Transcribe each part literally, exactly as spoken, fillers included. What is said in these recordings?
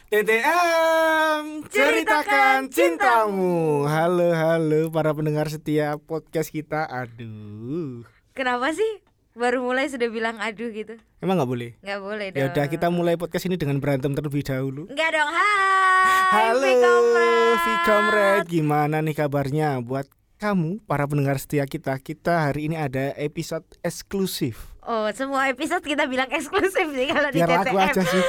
T T M Ceritakan Cintamu. Halo halo para pendengar setia podcast kita. Aduh. Kenapa sih baru mulai sudah bilang aduh gitu? Emang nggak boleh? Nggak boleh dong. Ya udah kita mulai podcast ini dengan berantem terlebih dahulu. Nggak dong. Hai. Halo Vikomrad. Vikomrad, gimana nih kabarnya buat kamu para pendengar setia kita? Kita hari ini ada episode eksklusif. Oh, semua episode kita bilang eksklusif sih kalau di T T M. Biar aku aja sih.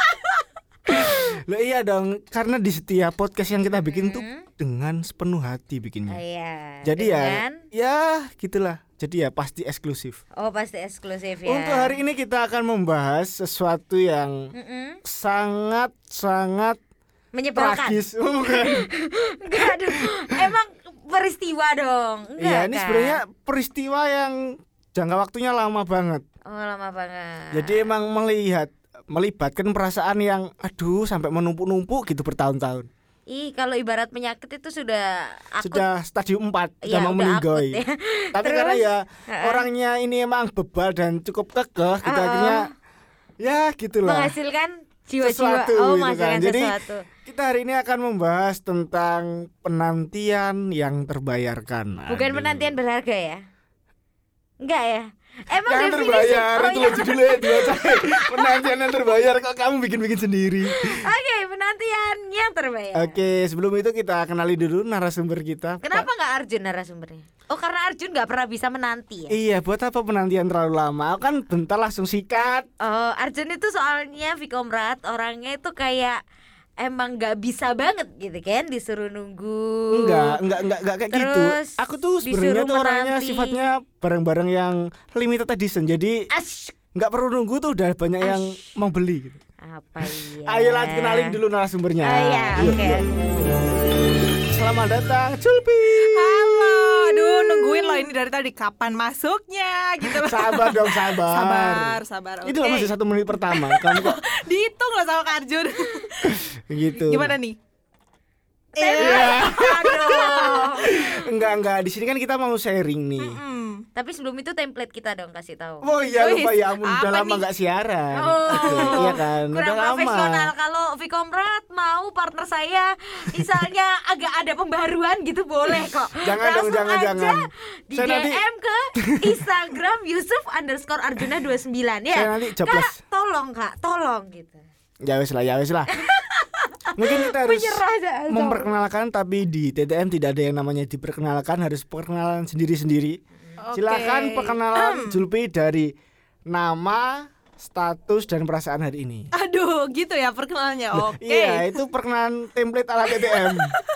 Loh iya dong, karena di setiap podcast yang kita bikin tuh dengan sepenuh hati bikinnya. Oh, iya. Jadi dengan... ya, ya gitulah. Jadi ya pasti eksklusif. Oh pasti eksklusif ya. Untuk hari ini kita akan membahas sesuatu yang Mm-mm. sangat sangat menyebalkan. tragis. Bukan. Enggak dong. Emang peristiwa dong. Enggak Iya, kan? ini sebenarnya peristiwa yang jangka waktunya lama banget. Oh lama banget. Jadi emang melihat melibatkan perasaan yang aduh sampai menumpuk-numpuk gitu bertahun-tahun. Ih, kalau ibarat penyakit itu sudah akut. Sudah stadium empat, Ya, sudah mau udah meninggoy. akut ya. Tapi Terus, karena ya uh-uh. orangnya ini emang bebal dan cukup kekeh, kita Uh-uh. akhirnya ya gitulah. Menghasilkan jiwa-jiwa. Sesuatu Oh, gitu menghasilkan kan. Jadi sesuatu. kita hari ini akan membahas tentang penantian yang terbayarkan. Bukan Aduh. penantian berharga ya? Enggak ya? Emang yang definisi terbayar oh, itu ya. loh judulnya dua cewek. Penantian yang terbayar, kok kamu bikin-bikin sendiri. Oke, penantian yang terbayar. Oke, sebelum itu kita kenali dulu narasumber kita. Kenapa Pak. nggak Arjun narasumbernya? Oh, karena Arjun nggak pernah bisa menanti ya? Iya, buat apa penantian terlalu lama? Kan bentar langsung sikat. Oh, Arjun itu soalnya Vikomrad orangnya itu kayak emang nggak bisa banget gitu kan, disuruh nunggu. Enggak, enggak, enggak, enggak kayak gitu. Terus Aku tuh sebenarnya disuruh tuh orangnya menanti. sifatnya barang-barang yang limited edition. Jadi Ash, enggak perlu nunggu tuh udah banyak yang Ash. mau beli gitu. apa ya? Ayo lah kenalin dulu narasumbernya. Oh iya, Yuk, oke. yuk. Selamat datang Julpi. Halo, aduh nungguin loh ini dari tadi kapan masuknya gitu loh. Sabar dong, sabar. Sabar, sabar. Oke. Itu loh masih satu menit pertama. Kamu kok Dihitung loh sama Kak Arjun. gitu. Gimana nih? Iya. Aduh. Enggak, enggak. Di sini kan kita mau sharing nih. Hmm. Tapi sebelum itu template kita dong kasih tahu. Oh iya, Wih, lupa ya ampun, udah apa lama nih? enggak siaran. Oh, Iya kan, kurang udah lama. profesional. Kalau Vikomrad mau partner saya, misalnya agak ada pembaruan gitu boleh kok. Jangan dong, Langsung jangan, aja jangan. Di Saya D M nanti- ke Instagram Yusuf underscore Arjuna dua puluh sembilan ya. Saya nanti jobless. Kak, tolong kak, tolong gitu. Ya wes lah, ya wes lah. Mungkin kita harus Menyerah aja. memperkenalkan, tapi di T T M tidak ada yang namanya diperkenalkan, harus perkenalan sendiri-sendiri. Oke. Silakan perkenalan Julpi dari nama, status dan perasaan hari ini. Aduh, gitu ya perkenalannya. Oke. Iya, itu perkenalan template ala T T M.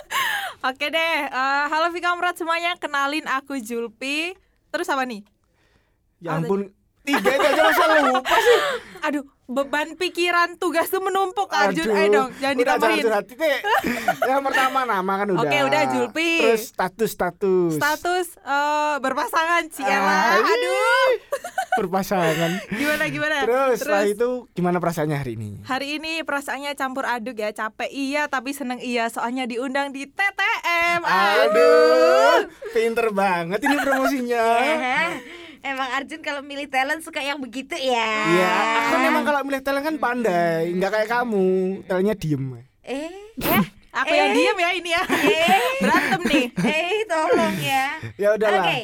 Oke deh. eh, halo Vikomrad semuanya, kenalin aku Julpi. Terus apa nih? Ya ampun, tiga itu aja masa lupa sih. Aduh, beban pikiran tugas tuh menumpuk Kak Arjun. Aduh, Ayo dong, jangan udah, ditambahin. curhat, Titik. Yang pertama nama kan udah. Oke, udah, Julpi. Terus status status. Status eh, berpasangan Ah, Ciela. Aduh. Berpasangan. Gimana gimana? Terus setelah itu gimana perasaannya hari ini? Hari ini perasaannya campur aduk ya, capek iya tapi seneng iya soalnya diundang di T T M. Aduh, pinter banget ini promosinya. Eh, Emang Arjun kalau milih talent suka yang begitu ya. Iya, aku memang kalau milih talent kan pandai, nggak kayak kamu, talentnya diem. Eh, Eh, aku yang Eh. diem ya ini ya. eh, Berantem nih. eh, tolong ya. Ya udahlah. Oke.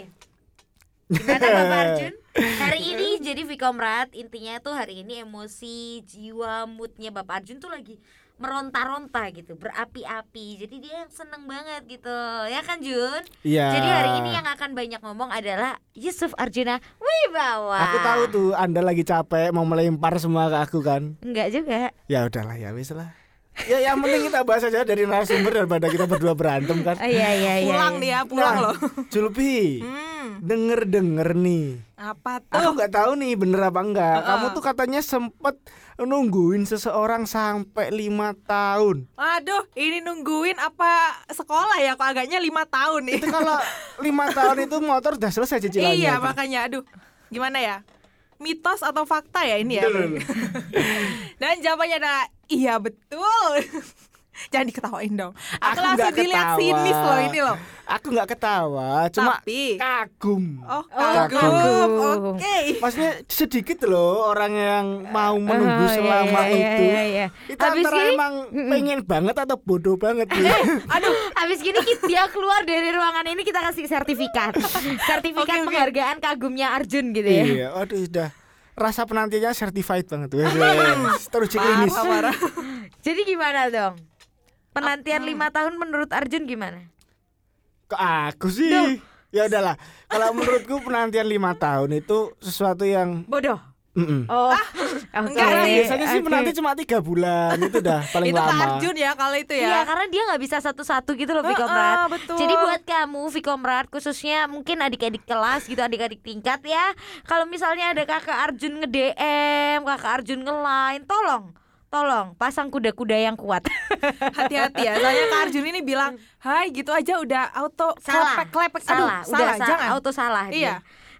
Gimana Bapak Arjun? Hari ini jadi Vikomrad, intinya tuh hari ini emosi, jiwa, moodnya Bapak Arjun tuh lagi meronta-ronta gitu, berapi-api. Jadi dia seneng banget gitu, ya kan Jun? Iya. Jadi hari ini yang akan banyak ngomong adalah Yusuf Arjuna Wibawa. Aku tahu tuh Anda lagi capek mau melempar semua ke aku kan. Enggak juga. Ya udahlah, ya wis lah. Ya yang penting kita bahas aja dari narasumber daripada kita berdua berantem kan. Oh, iya iya iya. Pulang nih ya, pulang Nah, loh. Julpi, Hmm, denger-denger nih. apa Aku tuh? nggak tahu nih bener apa enggak. Uh-uh. Kamu tuh katanya sempet nungguin seseorang sampai lima tahun. Aduh, ini nungguin apa sekolah ya? Kok agaknya lima tahun nih. Itu kalau lima tahun itu motor udah selesai cicilannya. Iya, tuh. makanya aduh. Gimana ya? Mitos atau fakta ya ini ya? Betul. Dan jawabannya adalah iya betul. Jangan diketawain dong. Aku, Aku langsung nggak dilihat ketawa. sinis loh ini loh. Aku nggak ketawa, cuma Tapi kagum. oh, kagum. kagum. Oke. Maksudnya sedikit loh orang yang mau menunggu Oh, selama iya, iya, itu. iya, iya. Itu Habis antara gini, emang pengen banget atau bodoh banget gitu. Aduh, habis gini kita- dia keluar dari ruangan ini kita kasih sertifikat. Sertifikat Oke, oke. penghargaan kagumnya Arjun gitu ya. Iya, aduh sudah rasa penantiannya certified banget. Wes, teruji klinis. parah, parah. Jadi gimana dong? Penantian lima tahun menurut Arjun gimana? Kok aku sih? Ya udahlah. Kalau menurutku penantian lima tahun itu sesuatu yang Bodoh. mm-mm. Oh, oke. enggak, Karena biasanya sih Oke. menanti cuma tiga bulan itu udah paling Itu Kak lama. Arjun ya kalau itu Iya, ya. karena dia nggak bisa satu-satu gitu loh, Heeh, Vikomrat. betul. Jadi buat kamu, Vikomrat, khususnya mungkin adik-adik kelas gitu, adik-adik tingkat ya. Kalau misalnya ada kakak Arjun nge-D M, kakak Arjun nge-line, tolong, tolong pasang kuda-kuda yang kuat. Hati-hati ya. Soalnya Kak Arjun ini bilang, "Hai, gitu aja udah auto Salah, klepek-klepek." Aduh, salah, udah salah, sa- jangan. auto salah. Iya.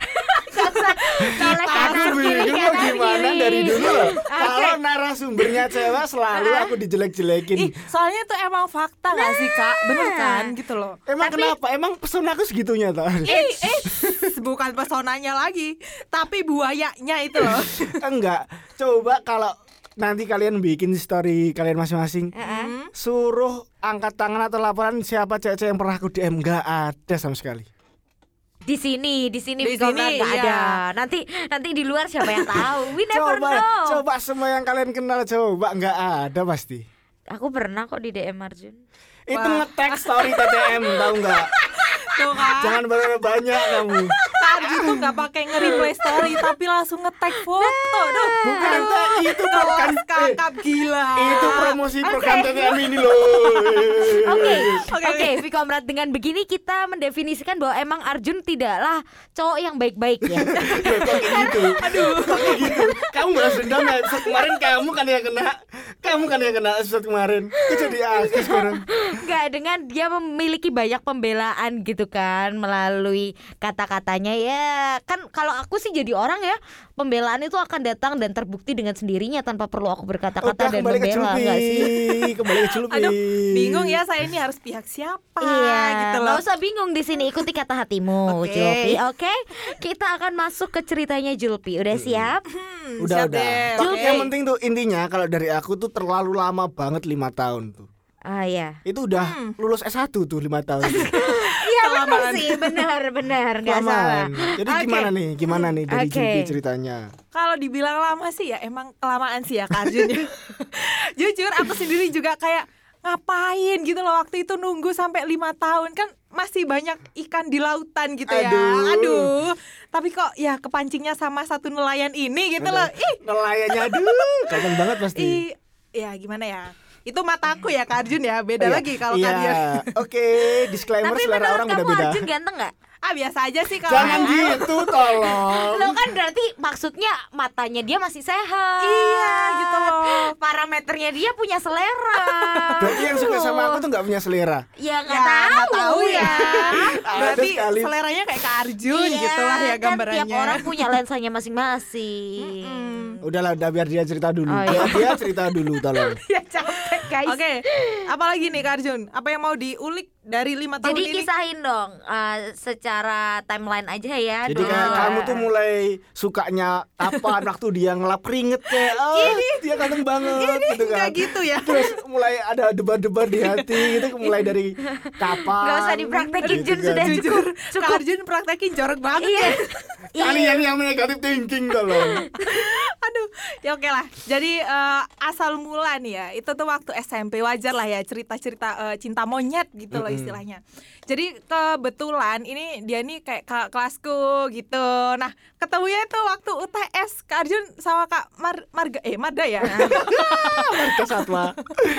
Soalnya kanan Aku kiri, bingung mau kanan gimana kiri. dari dulu loh. Kalau narasumbernya cewek selalu aku dijelek-jelekin. Ih, soalnya itu emang fakta gak sih Kak? Bener kan gitu loh. Emang Tapi- kenapa? Emang pesona aku segitunya toh? Eh, eh, bukan pesonanya lagi, tapi buayanya itu loh. Enggak. Coba kalau nanti kalian bikin story kalian masing-masing, Heeh. suruh angkat tangan atau laporan siapa cewek-cewek yang pernah aku D M. Enggak ada sama sekali. Di sini, di sini Di Vikomrat sini, nggak iya. ada. Nanti, nanti di luar siapa yang tahu? We never Coba, know. coba semua yang kalian kenal coba, enggak ada pasti. Aku pernah kok di D M Arjun. Itu Wah. nge-tag story T T M, tahu enggak? Tuh kan. Jangan banyak kamu. Kak Arjun tuh gak pakai nge-replay story, tapi langsung nge-tag foto. Duh, Bukan teh, itu bukan kelas eh, kakap gila. itu promosi program T T M ini loh. Oke, Oke, oke, Vikomrat, dengan begini kita mendefinisikan bahwa emang Arjun tidaklah cowok yang baik-baik ya. Loh, kok kayak gitu? Aduh, kok kayak gitu? Kamu balas dendam ya episode kemarin, kamu kan yang kena. Kamu kan yang kena episode kemarin. Kok jadi aku sekarang? Enggak, dengan dia memiliki banyak pembelaan gitu kan melalui kata-katanya ya. Kan kalau aku sih jadi orang ya, pembelaan itu akan datang dan terbukti dengan sendirinya tanpa perlu aku berkata-kata Udah, dan kembali ke membela, Julpi. enggak sih? Kembali ke Julpi. Aduh, bingung ya saya ini harus pihak siapa Iya, gitu loh. nggak usah bingung di sini, ikuti kata hatimu, Oke. Julpi. Oke, kita akan masuk ke ceritanya Julpi. Udah siap? Hmm, Udah, siap udah. deh. Tapi Oke. yang penting tuh intinya kalau dari aku tuh terlalu lama banget lima tahun tuh. Ah ya. Itu udah lulus S satu tuh lima tahun. Iya benar Kelamaan. sih, benar benar, nggak salah. Kelamaan. Jadi Oke. gimana nih? Gimana nih dari Oke. Julpi ceritanya? Kalau dibilang lama sih ya emang kelamaan sih ya Kak Arjun ya. Jujur aku sendiri juga kayak ngapain gitu loh waktu itu nunggu sampai lima tahun kan masih banyak ikan di lautan gitu ya. Aduh. Aduh. Tapi kok ya kepancingnya sama satu nelayan ini gitu loh. Ih, Nelayannya aduh, kangen banget pasti. ih, ya gimana ya? Itu mataku ya Kak Arjun ya, beda Iya. lagi kalau Iya. kalian. Oke, disclaimer Tapi selera menurut orang kamu beda-beda. Arjun ganteng nggak? Ah biasa aja sih kalau. Jangan gitu, tolong. Lo kan berarti maksudnya matanya dia masih sehat. Iya, gitu loh. Parameternya dia punya selera. Berarti yang suka sama aku tuh nggak punya selera. Ya nggak Ya, tahu, nggak tahu ya. Ada Berarti sekali. seleranya kayak Kak Arjun Iya, gitu lah ya kan gambarannya. tiap orang punya lensanya masing-masing. Udahlah, udah biar dia cerita dulu. Oh, Biar iya. dia cerita dulu, tolong. Ya capek guys. Oke, apalagi nih Kak Arjun? Apa yang mau diulik dari lima tahun Jadi ini? kisahin dong uh, secara timeline aja ya. Jadi dulu. kayak kamu tuh mulai sukanya kapan waktu dia ngelap keringet kayak oh dia ganteng banget gitu kan. Nggak gitu ya. Terus mulai ada debar-debar di hati gitu mulai dari kapan. Nggak usah dipraktekin, gitu Jun, kan. sudah Jujur, cukup, Kak cukup. Arjun praktekin jorok banget Iya. ya. Iya. Kalian yang negatif thinking tolong. Aduh, ya oke lah. Jadi eh, asal mula nih ya, itu tuh waktu S M P, wajar lah ya cerita-cerita eh, cinta monyet gitu loh Mm-mm. istilahnya. Jadi kebetulan ini dia nih kayak kak kelasku gitu. Nah, ketemunya itu waktu U T S Kak Arjun sama Kak Mar Marga eh Marda ya. Marga Satwa.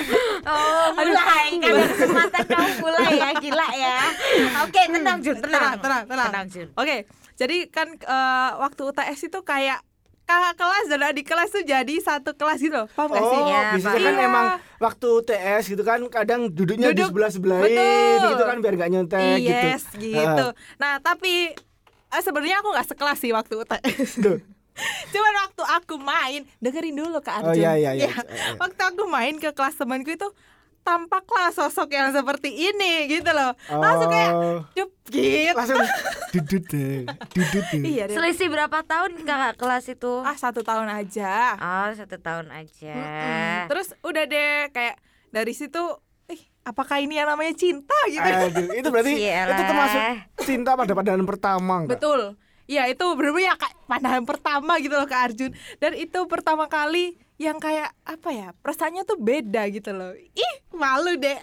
Oh, mulai kan ada kesempatan kamu mulai ya, gila ya. Oke, tenang Jun, tenang. tenang, tenang. Tenang Jun. Oke, jadi kan eh, waktu U T S itu kayak kakak kelas dan adik kelas tuh jadi satu kelas gitu loh. Paham gak sih? Oh, Iya, biasanya Pak. kan Iya. emang waktu T S gitu kan kadang duduknya di Duduk, sebelah-sebelahin betul. gitu kan biar gak nyontek gitu. Yes, gitu. Nah, tapi eh, sebenarnya aku nggak sekelas sih waktu U T S. Duh. Cuman waktu aku main, dengerin dulu Kak Oh Arjun. iya iya iya. Ya, waktu aku main ke kelas temanku itu tampaklah sosok yang seperti ini gitu loh. Langsung kayak dup gitu. Langsung dudut deh, dudut deh. Iya deh. Selisih berapa tahun kakak kelas itu? Ah satu tahun aja. Oh satu tahun aja. Mm-mm. Terus udah deh kayak dari situ, ih apakah ini yang namanya cinta gitu? Aduh, itu berarti Cialah. itu termasuk cinta pada pandangan pertama enggak? Betul. Iya itu bener-bener ya kayak pandangan pertama gitu loh Kak Arjun. Dan itu pertama kali yang kayak apa ya, perasaannya tuh beda gitu loh. Ih malu deh.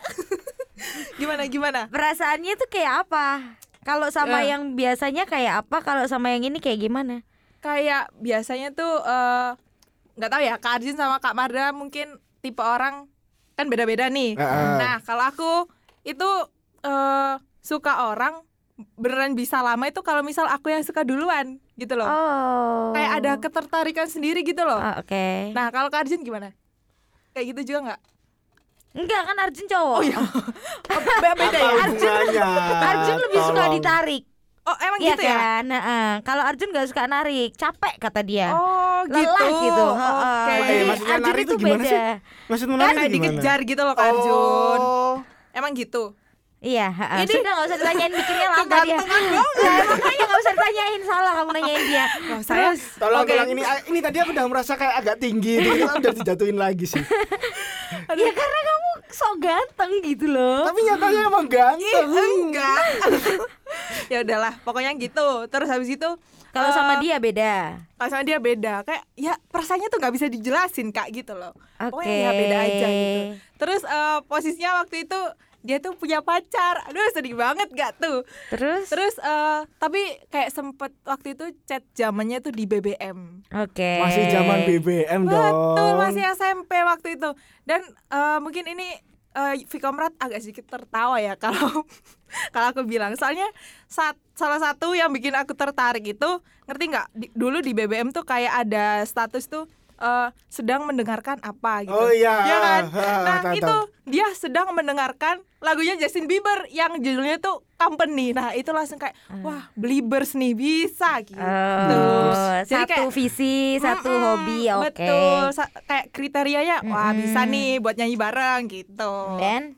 Gimana gimana? Perasaannya tuh kayak apa? Kalau sama Ya. yang biasanya kayak apa? Kalau sama yang ini kayak gimana? Kayak biasanya tuh eh, nggak tahu ya Kak Arjun sama Kak Marda mungkin tipe orang kan beda-beda nih. Heeh. Nah kalau aku itu eh, suka orang beneran bisa lama itu kalau misal aku yang suka duluan gitu loh. Oh. Kayak ada ketertarikan sendiri gitu loh. Oh, oke. Nah kalau Kak Arjun gimana? Kayak gitu juga nggak? Enggak kan Arjun cowok. Oh iya. Oh, be- beda Apa ya. hubungannya? Arjun lebih suka Tolong. ditarik. Oh emang Iya gitu ya? kan? Heeh. Kalau Arjun nggak suka narik, capek kata dia. Oh gitu. Lelah gitu. Oke. Heeh. Eh, Jadi maksudnya Arjun nari itu itu gimana beda. sih? Maksud Kan menarik kayak itu gimana? dikejar gitu loh Kak Arjun. Oh. Emang gitu. Iya, heeh. Ini- Sudah nggak usah ditanyain mikirnya lama dia. Kegantengan banget. Nah, makanya nggak usah ditanyain, salah kamu nanyain dia. Oh, saya Tolong Oke. tolong ini ini tadi aku udah merasa kayak agak tinggi itu udah dijatuhin lagi sih. Ya karena kamu sok ganteng gitu loh. Tapi nyatanya emang ganteng. enggak. Ya udahlah, pokoknya gitu. Terus habis itu Kalau eh, sama dia beda. kalau sama dia beda. Kayak ya perasaannya tuh nggak bisa dijelasin Kak gitu loh. Oke. Pokoknya ya beda aja gitu. Terus eh, posisinya waktu itu dia tuh punya pacar. Aduh sedih banget gak tuh. Terus? Terus eh, tapi kayak sempet waktu itu chat zamannya tuh di B B M. Oke. Masih zaman B B M dong. Betul, masih S M P waktu itu. Dan eh, mungkin ini eh, Vikomrat agak sedikit tertawa ya kalau kalau aku bilang. Soalnya saat, salah satu yang bikin aku tertarik itu, ngerti nggak? Di- Dulu di B B M tuh kayak ada status tuh eh, sedang mendengarkan apa gitu. Oh iya. Ya kan? Ha, ha, Nah, tahu, itu tahu. dia sedang mendengarkan lagunya Justin Bieber yang judulnya tuh Company. Nah, itu langsung kayak wah, Beliebers nih bisa gitu. Oh, Jadi satu kayak- visi, satu Mm-mm, hobi, oke. Betul, Sa- kayak kriterianya wah Mm-mm. bisa nih buat nyanyi bareng gitu. Dan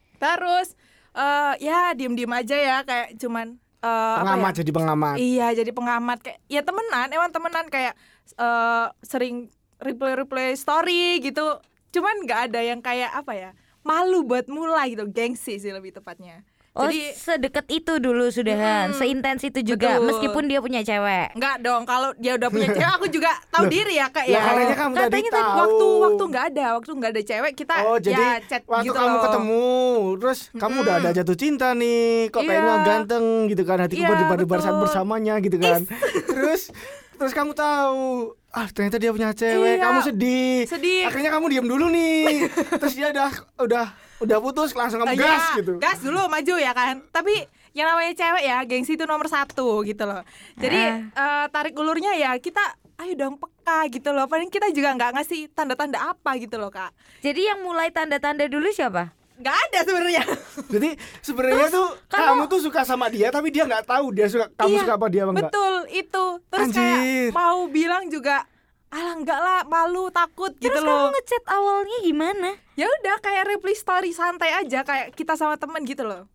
Terus eh, ya diem-diem aja ya kayak cuman eh, apa Pengamat ya? jadi pengamat. Iya, jadi pengamat kayak ya temenan, emang temenan kayak eh, sering replay-replay story gitu. Cuman nggak ada yang kayak apa ya? Malu buat mulai gitu, gengsi sih lebih tepatnya. oh Jadi sedekat itu dulu sudahan, Mm-mm. seintens itu juga Betul. meskipun dia punya cewek. enggak dong, kalau dia udah punya cewek aku juga tahu diri ya Kak Ya ya. katanya kamu tadi Katanya tadi tahu. waktu waktu nggak ada, waktu nggak ada cewek kita Oh jadi ya chat waktu gitu kamu loh. ketemu terus kamu udah ada jatuh cinta nih, kok Iya. kayaknya ganteng gitu kan, hatiku Iya, berdebar-debar saat betul. bersamanya gitu kan. Terus terus kamu tahu, ah ternyata dia punya cewek, Iya. kamu sedih. Sedih. Akhirnya kamu diam dulu nih. Terus dia udah udah udah putus, langsung kamu Ah, gas iya, gitu. gas dulu maju ya kan. Tapi yang namanya cewek ya, gengsi itu nomor satu gitu loh. Jadi eh, tarik ulurnya ya kita ayo dong peka gitu loh. Paling kita juga nggak ngasih tanda-tanda apa gitu loh Kak. Jadi yang mulai tanda-tanda dulu siapa? Nggak ada sebenarnya. Jadi sebenarnya tuh kamu tuh suka sama dia tapi dia nggak tahu dia suka kamu Iya, suka apa dia apa enggak. Betul itu. Terus Anjir. kayak mau bilang juga alah enggak lah, malu, takut gitu Terus loh. kamu ngechat awalnya gimana? Ya udah kayak reply story santai aja kayak kita sama temen gitu loh.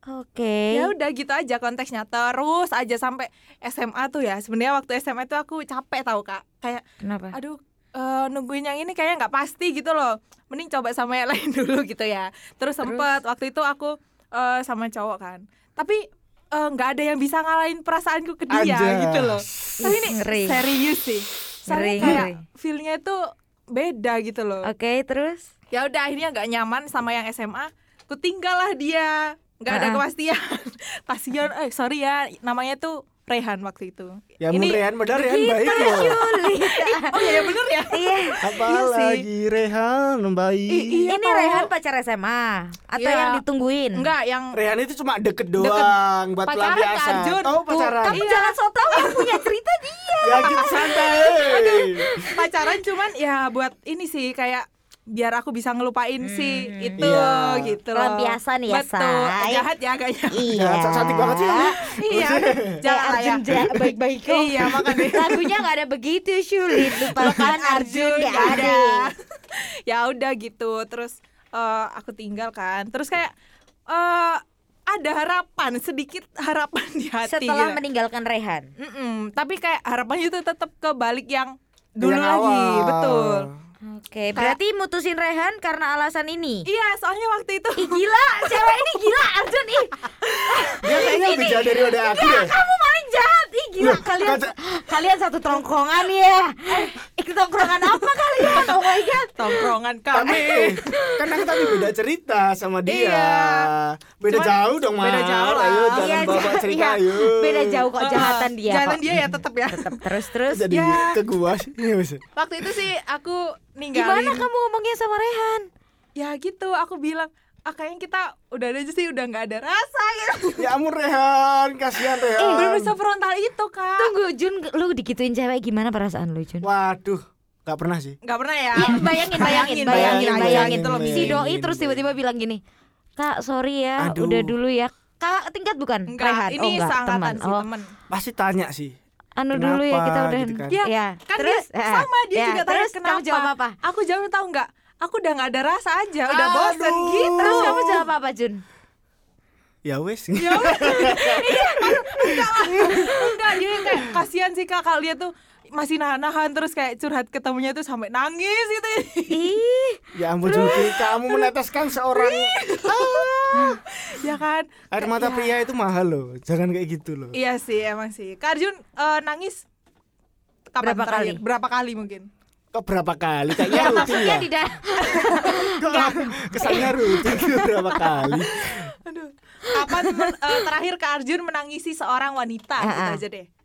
Oke. Ya udah gitu aja konteksnya. Terus aja sampai S M A tuh ya. Sebenarnya waktu S M A tuh aku capek tau Kak. Kayak Kenapa? aduh eh, nungguin yang ini kayaknya nggak pasti gitu loh. Mending coba sama yang lain dulu gitu ya. Terus sempet waktu itu aku eh, sama cowok kan. Tapi eh, nggak ada yang bisa ngalahin perasaanku ke dia Anjas. gitu loh. Tapi ini Ngeri. serius sih. Soalnya Ngeri, kayak ngeri. feel-nya tuh beda gitu loh. Oke, terus? Ya udah akhirnya nggak nyaman sama yang S M A. Ku tinggal lah dia. Nggak ada Ah. kepastian. Kasihan, eh sorry ya, namanya tuh Rehan waktu itu. Ya mun Rehan benar Rehan baik Gitu loh. Juli. Oh iya ya bener ya. Iya. Apalagi Rehan baik. Iya, Ini toh. Rehan pacar S M A atau Iya. yang ditungguin? Enggak, yang Rehan itu cuma deket doang buat Pacaran, pelampiasan. Kak Arjun. Oh Tuh, pacaran. Kamu Iya. jangan so tau yang punya cerita dia. Ya gitu santai. pacaran cuman ya buat ini sih kayak biar aku bisa ngelupain si itu Iya. gitu loh. Pelampiasan ya, Betul. Say. Jahat ya agaknya. Iya. Ya, cantik banget sih kamu. Iya. Jangan lah ya. Arjun ja- baik-baik kok. Iya, makanya. Lagunya nggak ada begitu sulit. Lupakan Arjun nggak gak ada. Ya udah gitu. Terus uh, aku tinggal kan. Terus kayak uh, ada harapan, sedikit harapan di hati Setelah gitu. meninggalkan Rehan. Mm-mm, tapi kayak harapannya itu tetap ke balik yang dulu Yang lagi, awal. betul. Oke, berarti mutusin Rehan karena alasan ini. Iya, soalnya waktu itu Ih gila, cewek ini gila Arjun ih. Dia kayaknya lebih jahat daripada aku Ya deh. kamu paling jahat. Ih gila, Loh, kalian kata- kalian satu tongkrongan ya. Ikut tongkrongan apa kalian? Oh my god. tongkrongan kami. Tapi kan aku tapi beda cerita sama dia. Iya. Beda Cuman jauh dong, Mar. beda jauh lah. Ayo jangan Iya, bawa ja- cerita iya. ayo. Beda jauh kok jahatan dia Jahatan kok. dia ya tetap ya. Tetap terus terus. Jadi Ya. ke gua sih. Iya, Mas. Waktu itu sih aku ninggalin. Gimana kamu ngomongnya sama Rehan? Ya gitu, aku bilang ah kayaknya kita udah ada aja sih, udah nggak ada rasa gitu. Ya ampun Rehan, kasihan Rehan. Eh, belum bisa frontal itu kak. Tunggu Jun, lu digituin cewek gimana perasaan lu Jun? Waduh, nggak pernah sih. Nggak pernah ya. Ya, bayangin, bayangin, bayangin, bayangin, bayangin, bayangin, Si bayangin. doi terus tiba-tiba bilang gini, Kak sorry ya, Aduh. udah dulu ya. Kak tingkat bukan? Enggak, Rehan? ini Oh enggak, seangkatan teman. sih Oh, temen. Pasti tanya sih. anu Kenapa, dulu ya kita udah. gitu kan. Ya, Ya, kan terus dia, eh, sama dia ya, juga tanya terus kenapa. kamu jawab apa? Aku jawab tahu nggak? Aku udah nggak ada rasa aja, udah Aduh. bosen gitu. Terus kamu jawab apa Jun? Ya wes. Ya udah. Iya, enggak lah. Enggak, jadi kayak kasihan sih kak kalau dia tuh masih nahan-nahan terus kayak curhat ketemunya tuh sampai nangis gitu. Ih, Ya ampun Juki, kamu meneteskan seorang Ya kan? air mata Ya. pria itu mahal loh. Jangan kayak gitu loh. Iya sih, emang sih. Kak Arjun eh, nangis kapan Berapa terakhir? kali? Berapa kali mungkin? Kok berapa kali? Kayaknya rutin maksudnya ya. di da- Kok kesannya rutin tuh berapa kali? Aduh. Kapan men- eh, terakhir Kak Arjun menangisi seorang wanita gitu Ah, ah. aja deh.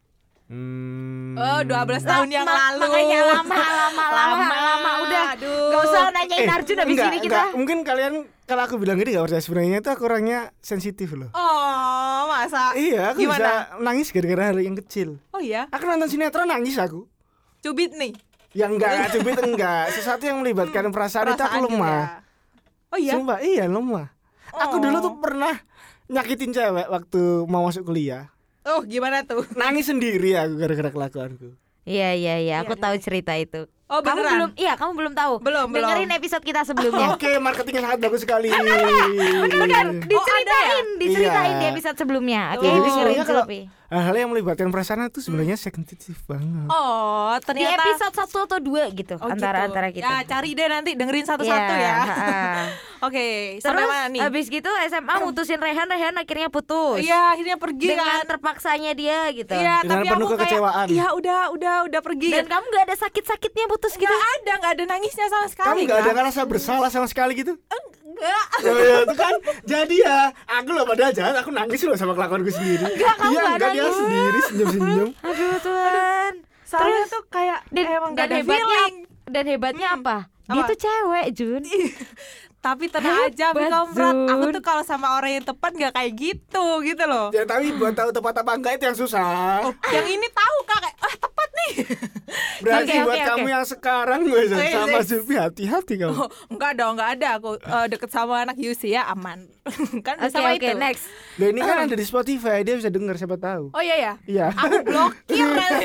Hmm. Oh, dua belas tahun yang Ma- lalu. Makanya lama, lama, lama, lama, udah. Aduh. Gak usah nanyain Arjun habis enggak, ini kita. enggak. Mungkin kalian kalau aku bilang gini gak percaya, sebenarnya itu aku orangnya sensitif loh. Oh, masa? Iya, aku Gimana? bisa nangis gara-gara hal yang kecil. Oh iya, Aku nonton sinetron nangis aku. cubit nih. Ya enggak, cubit enggak. Sesuatu yang melibatkan perasaan, itu aku Perasaan gitu lemah. ya. Oh iya. Sumpah, iya lemah. Aku Oh. dulu tuh pernah nyakitin cewek waktu mau masuk kuliah. Oh, gimana tuh? Nangis sendiri aku gara-gara kelakuanku. Iya, iya, iya, aku Iya, tahu cerita itu. Oh, Kamu beneran? belum, iya kamu belum tahu. Belum, belum. Dengerin episode kita sebelumnya. Oke, marketingnya sangat bagus sekali. Bener, diceritain, ya? diceritain Iya. di episode sebelumnya. Oke, Oh. dengerin Sebenarnya kalau Shopee. hal-hal yang melibatkan perasaan itu sebenarnya sensitif banget. Oh, Di ternyata episode satu atau dua gitu, Oh, antara gitu. antara kita. Ya, cari deh nanti dengerin satu-satu Iya, ya. ha-ha. Oke, sampai Terus mana nih? habis gitu S M A mutusin Rehan, Rehan akhirnya putus. Iya, akhirnya pergi Dengan kan. terpaksanya dia gitu. Iya, Dengan tapi penuh aku kayak kekecewaan. iya udah udah udah pergi. Dan kamu gak ada sakit-sakitnya putus gitu. Nggak ada, nggak ada nangisnya sama Kamu sekali. gak ada Kak. rasa bersalah sama sekali gitu? Enggak. Oh, iya, itu kan. Jadi ya, aku loh padahal jahat, aku nangis loh sama kelakuanku sendiri. Enggak, kamu Iya, nggak enggak, dia nangis. sendiri senyum-senyum. Aduh Tuhan. Soalnya tuh kayak Dan, emang dan gak ada hebatnya feeling. dan hebatnya apa? Dia Apa? tuh cewek, Jun. Tapi tenang aja, Hebat, Bikomrat. Aku Jun. tuh kalau sama orang yang tepat nggak kayak gitu, gitu loh. Ya tapi buat tahu tepat apa enggak itu yang susah. Oh, yang ini tahu kak, kayak, ah tepat nih. Berarti Oke, buat oke, kamu oke. yang sekarang gue Oh, iya, sama iya. Zulfi hati-hati kamu. Oh, enggak dong, enggak ada aku eh, deket sama anak Yusi ya aman. Kan Oke, sama oke, itu. next. Loh ini kan ada di Spotify, dia bisa denger siapa tahu. Oh iya ya. Iya. Aku blokir.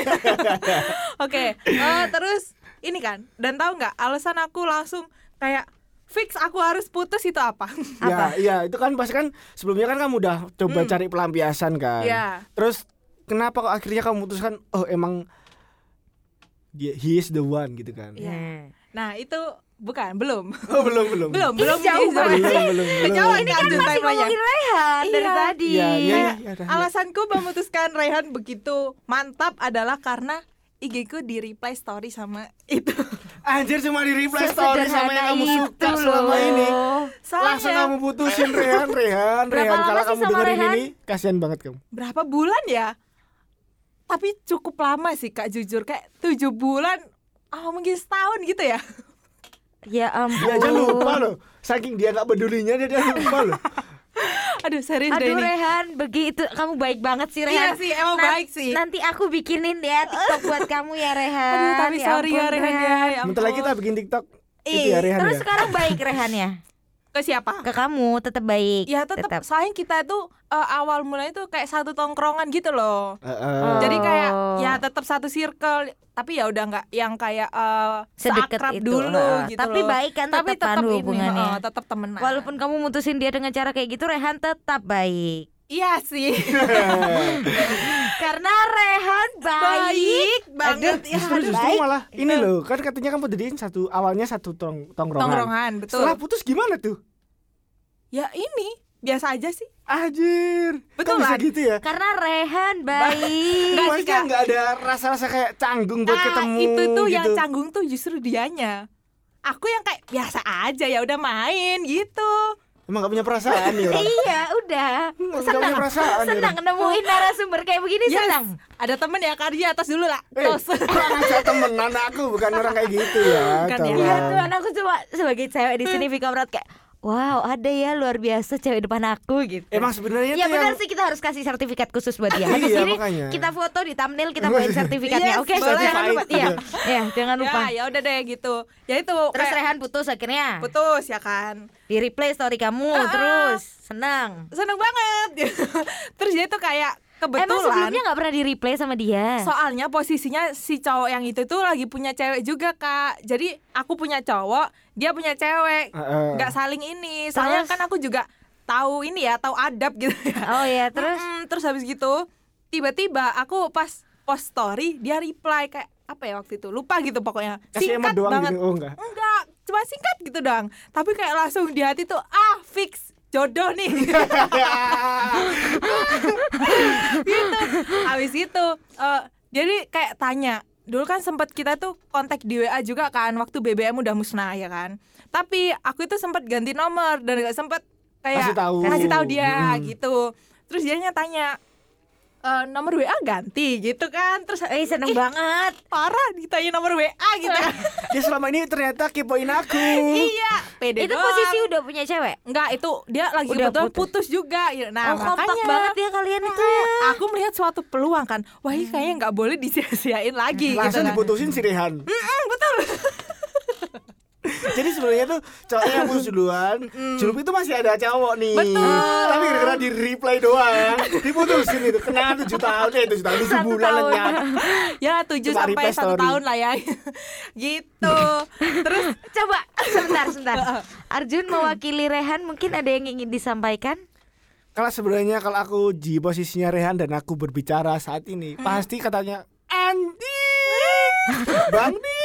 Oke, eh, terus ini kan, dan tahu nggak alasan aku langsung kayak fix aku harus putus itu apa? Ya, iya, itu kan pasti kan sebelumnya kan kamu udah coba cari pelampiasan kan. Iya. Terus kenapa kok akhirnya kamu memutuskan oh emang dia he is the one gitu kan. Iya. Nah itu bukan, belum. Oh, belum belum. belum, Ini belum jauh nih, banget belum, sih. belum, belum. Jauh Ini kan Arjun masih timeline-nya. ngomongin Rehan dari Iya. tadi. Iya, iya, Kayak iya, iya. alasanku memutuskan Rehan begitu mantap adalah karena I G ku di reply story sama itu. Anjir cuma di reply story sama yang kamu Sesederhana suka itu selama loh. ini. Soalnya Langsung kamu putusin Rehan, Rehan, Berapa Rehan. lama Kalau sih kamu sama dengerin Rehan? ini, kasihan banget kamu. berapa bulan ya? Tapi cukup lama sih kak, jujur kayak tujuh bulan, oh mungkin setahun gitu ya. Ya ampun. Dia aja lupa loh. Saking dia gak pedulinya dia, dia lupa loh. Aduh serius deh Aduh ini. Rehan, begitu kamu baik banget sih Rehan. Iya sih, emang Na- baik sih. Nanti aku bikinin ya TikTok buat kamu ya Rehan. Aduh tapi sorry ya ampun, Rehan ya. ya Bentar lagi ampun. kita bikin TikTok itu Ih, ya Rehan Terus ya. sekarang baik Rehan ya. Ke siapa? Ke kamu tetap baik. Ya tetap, soalnya kita tuh uh, awal mulai tuh kayak satu tongkrongan gitu loh. Uh, uh. Jadi kayak ya tetap satu circle, tapi ya udah nggak yang kayak uh, sedekat seakrab itu dulu uh, gitu tapi loh. baik kan Tapi tetap tetap ini, hubungannya. uh, tetap temenan. Walaupun kamu mutusin dia dengan cara kayak gitu, Rehan tetap baik. Iya sih. Karena Rehan baik banget ya. Justru, justru malah ini loh, kan katanya kamu jadiin satu awalnya satu tong, tongkrongan. Tongkrongan, betul. Setelah putus gimana tuh? Ya ini biasa aja sih. Anjir. Betul Kok bisa kan? gitu ya? Karena Rehan baik. Nggak sih, Maksudnya Kak. nggak ada rasa-rasa kayak canggung buat Nah, ketemu itu tuh gitu. yang canggung tuh justru dianya. Aku yang kayak biasa aja, ya udah main gitu. Emang gak punya perasaan nih orang. Iya, udah. Nggak Senang. punya perasaan nih Senang orang. nemuin narasumber kayak begini, Yes. senang. Ada temen ya Karya atas dulu lah. Eh, Tos. orang aja temenan aku, bukan orang kayak gitu ya. Bukan ya. tolong. Iya Tuhan, aku cuma sebagai cewek di sini Vika Merat kayak wow, ada ya luar biasa cewek depan aku gitu. Emang sebenarnya Ya tuh benar yang sih, kita harus kasih sertifikat khusus buat dia. Habis Iya, ini makanya. kita foto di thumbnail, kita bawain sertifikatnya. Yes, Oke, boleh. jangan lupa. Certified, Iya, gitu. ya, jangan lupa. Ya, ya udah deh gitu. Ya itu Terus kayak Rehan putus akhirnya. putus ya kan. Di replay story kamu, Ah, ah. terus senang. Seneng banget. Terus dia tuh kayak kebetulan. Emang sebelumnya nggak pernah di replay sama dia? Soalnya posisinya si cowok yang itu tuh lagi punya cewek juga, Kak. Jadi aku punya cowok, dia punya cewek. Heeh. Nggak saling ini. Soalnya Terus? kan aku juga tahu ini ya, tahu adab gitu ya. Oh ya, terus Mm-mm, terus habis gitu tiba-tiba aku pas post story dia reply kayak apa ya waktu itu, lupa gitu pokoknya. kasih emot Singkat doang banget. gitu. Oh enggak. Enggak, cuma singkat gitu doang. Tapi kayak langsung di hati tuh ah fix jodoh nih. Gitu. Habis itu eh, jadi kayak tanya, dulu kan sempat kita tuh kontak di W A juga kan waktu B B M udah musnah ya kan. Tapi aku itu sempat ganti nomor dan gak sempat kayak Kasih tahu. kasih tahu dia Hmm. gitu. Terus dianya tanya e, nomor W A ganti gitu kan. Terus eh seneng ih, banget. parah ditanya nomor W A gitu. Dia selama ini ternyata kepoin aku. Iya, pede Itu doang. posisi udah punya cewek? Enggak, itu dia lagi Udah kebetulan putus. putus. juga. Ya, Nah, Oh, kompak makanya banget ya kalian itu ya. aku melihat suatu peluang kan. Wah, ini kayaknya nggak boleh disia-siain lagi Langsung gitu kan. diputusin si Rehan. Mm, betul. Jadi sebenarnya tuh cowoknya yang putus duluan, Julep itu masih ada cowok nih. Betul. Tapi gara-gara di reply doang, diputusin itu. Kenapa tujuh tahun eh tujuh tahun tujuh Satu bulan tahun. lenyap. Ya tujuh Cuma sampai reply satu story. tahun lah ya. Gitu. Terus Coba sebentar sebentar. Arjun mewakili Rehan, mungkin ada yang ingin disampaikan? Kalau sebenarnya kalau aku di posisinya Rehan dan aku berbicara saat ini, pasti katanya Andi, Bang Di.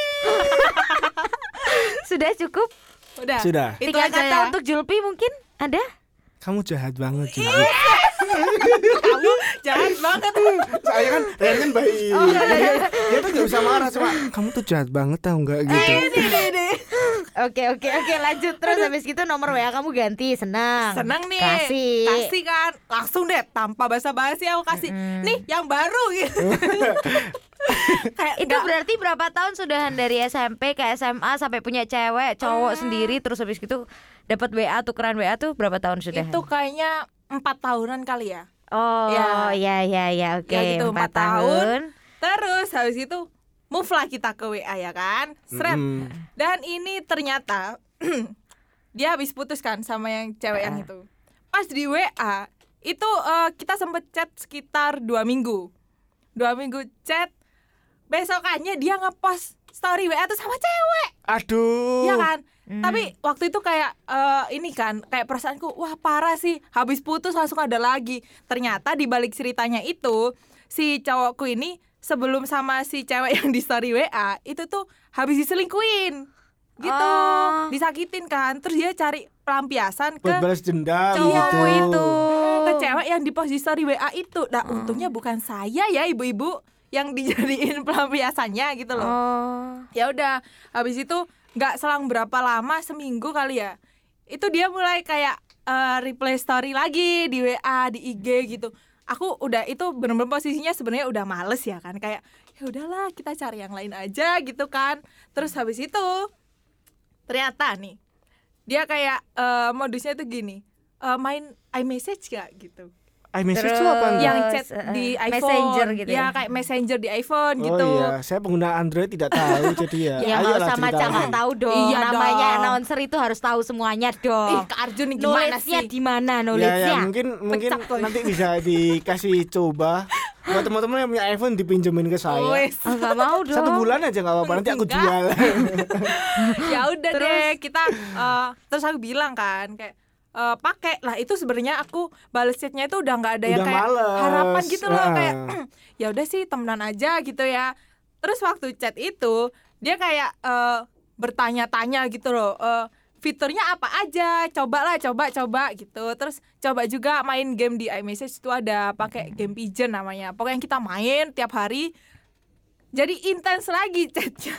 Sudah cukup? udah. Sudah. Itu Tiga aja kata ya. untuk Julpi mungkin? Ada? Kamu jahat banget Julep. Kamu jahat banget. Soalnya kan Rehan kan baik. Oh, iya, iya. Dia tuh gak bisa marah, cuma kamu tuh jahat banget tau nggak gitu. Oke oke oke lanjut. Terus habis gitu nomor W A kamu ganti, senang. Seneng nih. Kasih. Kasih kan. Langsung deh tanpa basa-basi aku kasih. Mm-mm. Nih yang baru gitu. Kayak Itu nggak- berarti berapa tahun sudahan dari S M P ke S M A sampai punya cewek, cowok sendiri, terus habis gitu dapat W A, tukeran W A tuh berapa tahun sudah? itu kayaknya empat tahunan kali ya. Oh Ya. ya ya ya oke Ya gitu, empat empat tahun. tahun. Terus habis itu move lah kita ke W A ya kan. Seret. Mm-mm. Dan ini ternyata dia habis putus kan sama yang cewek yang itu. Pas di W A itu eh, kita sempet chat sekitar dua minggu. Dua minggu chat. Besokannya dia ngepost story W A tuh sama cewek. Aduh. Iya kan? Hmm. Tapi waktu itu kayak eh, ini kan kayak perasaanku wah parah sih, habis putus langsung ada lagi. Ternyata di balik ceritanya itu si cowokku ini sebelum sama si cewek yang di story W A itu tuh habis diselingkuin. Gitu. Oh. Disakitin kan. Terus dia cari pelampiasan ke Buat balas dendam Cowokku gitu. itu. ke cewek yang di post di story W A itu. Nah, untungnya bukan saya ya ibu-ibu yang dijadiin pelampiasannya gitu loh. Oh. Ya udah, habis itu nggak selang berapa lama, seminggu kali ya, itu dia mulai kayak eh, replay story lagi di W A, di I G gitu. Aku udah itu bener-bener posisinya sebenarnya udah males ya kan, kayak ya udahlah kita cari yang lain aja gitu kan. Terus habis itu ternyata nih dia kayak eh, modusnya tuh gini, eh, main iMessage gak gitu. iMessage itu apa? Yang Terus, chat uh, di iPhone. Messenger gitu ya. ya? kayak Messenger di iPhone Oh gitu. iya, saya pengguna Android tidak tahu jadi ya. Ya ayolah nggak usah cerita macam lagi. tahu dong. Iya Namanya dong. announcer itu harus tahu semuanya Ih, dong. Kak Arjun nih gimana Knowledge-nya sih? di mana Ya, knowledge-nya? ya mungkin mungkin Pecah tuh. nanti bisa dikasih coba buat teman-teman yang punya iPhone dipinjemin ke saya. Wes. Oh, nggak mau dong. Satu bulan aja nggak apa-apa, nanti aku Enggak. jual. Ya udah Terus? deh kita eh, terus aku bilang kan kayak eh, pakai lah itu sebenarnya aku balas chatnya itu udah nggak ada yang Udah kayak males. harapan gitu loh Heeh. kayak ya udah sih temenan aja gitu ya. Terus waktu chat itu dia kayak eh, bertanya-tanya gitu loh eh, fiturnya apa aja, cobalah coba coba gitu. Terus coba juga main game di iMessage itu ada pakai game pigeon namanya. Pokoknya kita main tiap hari. Jadi intens lagi chatnya.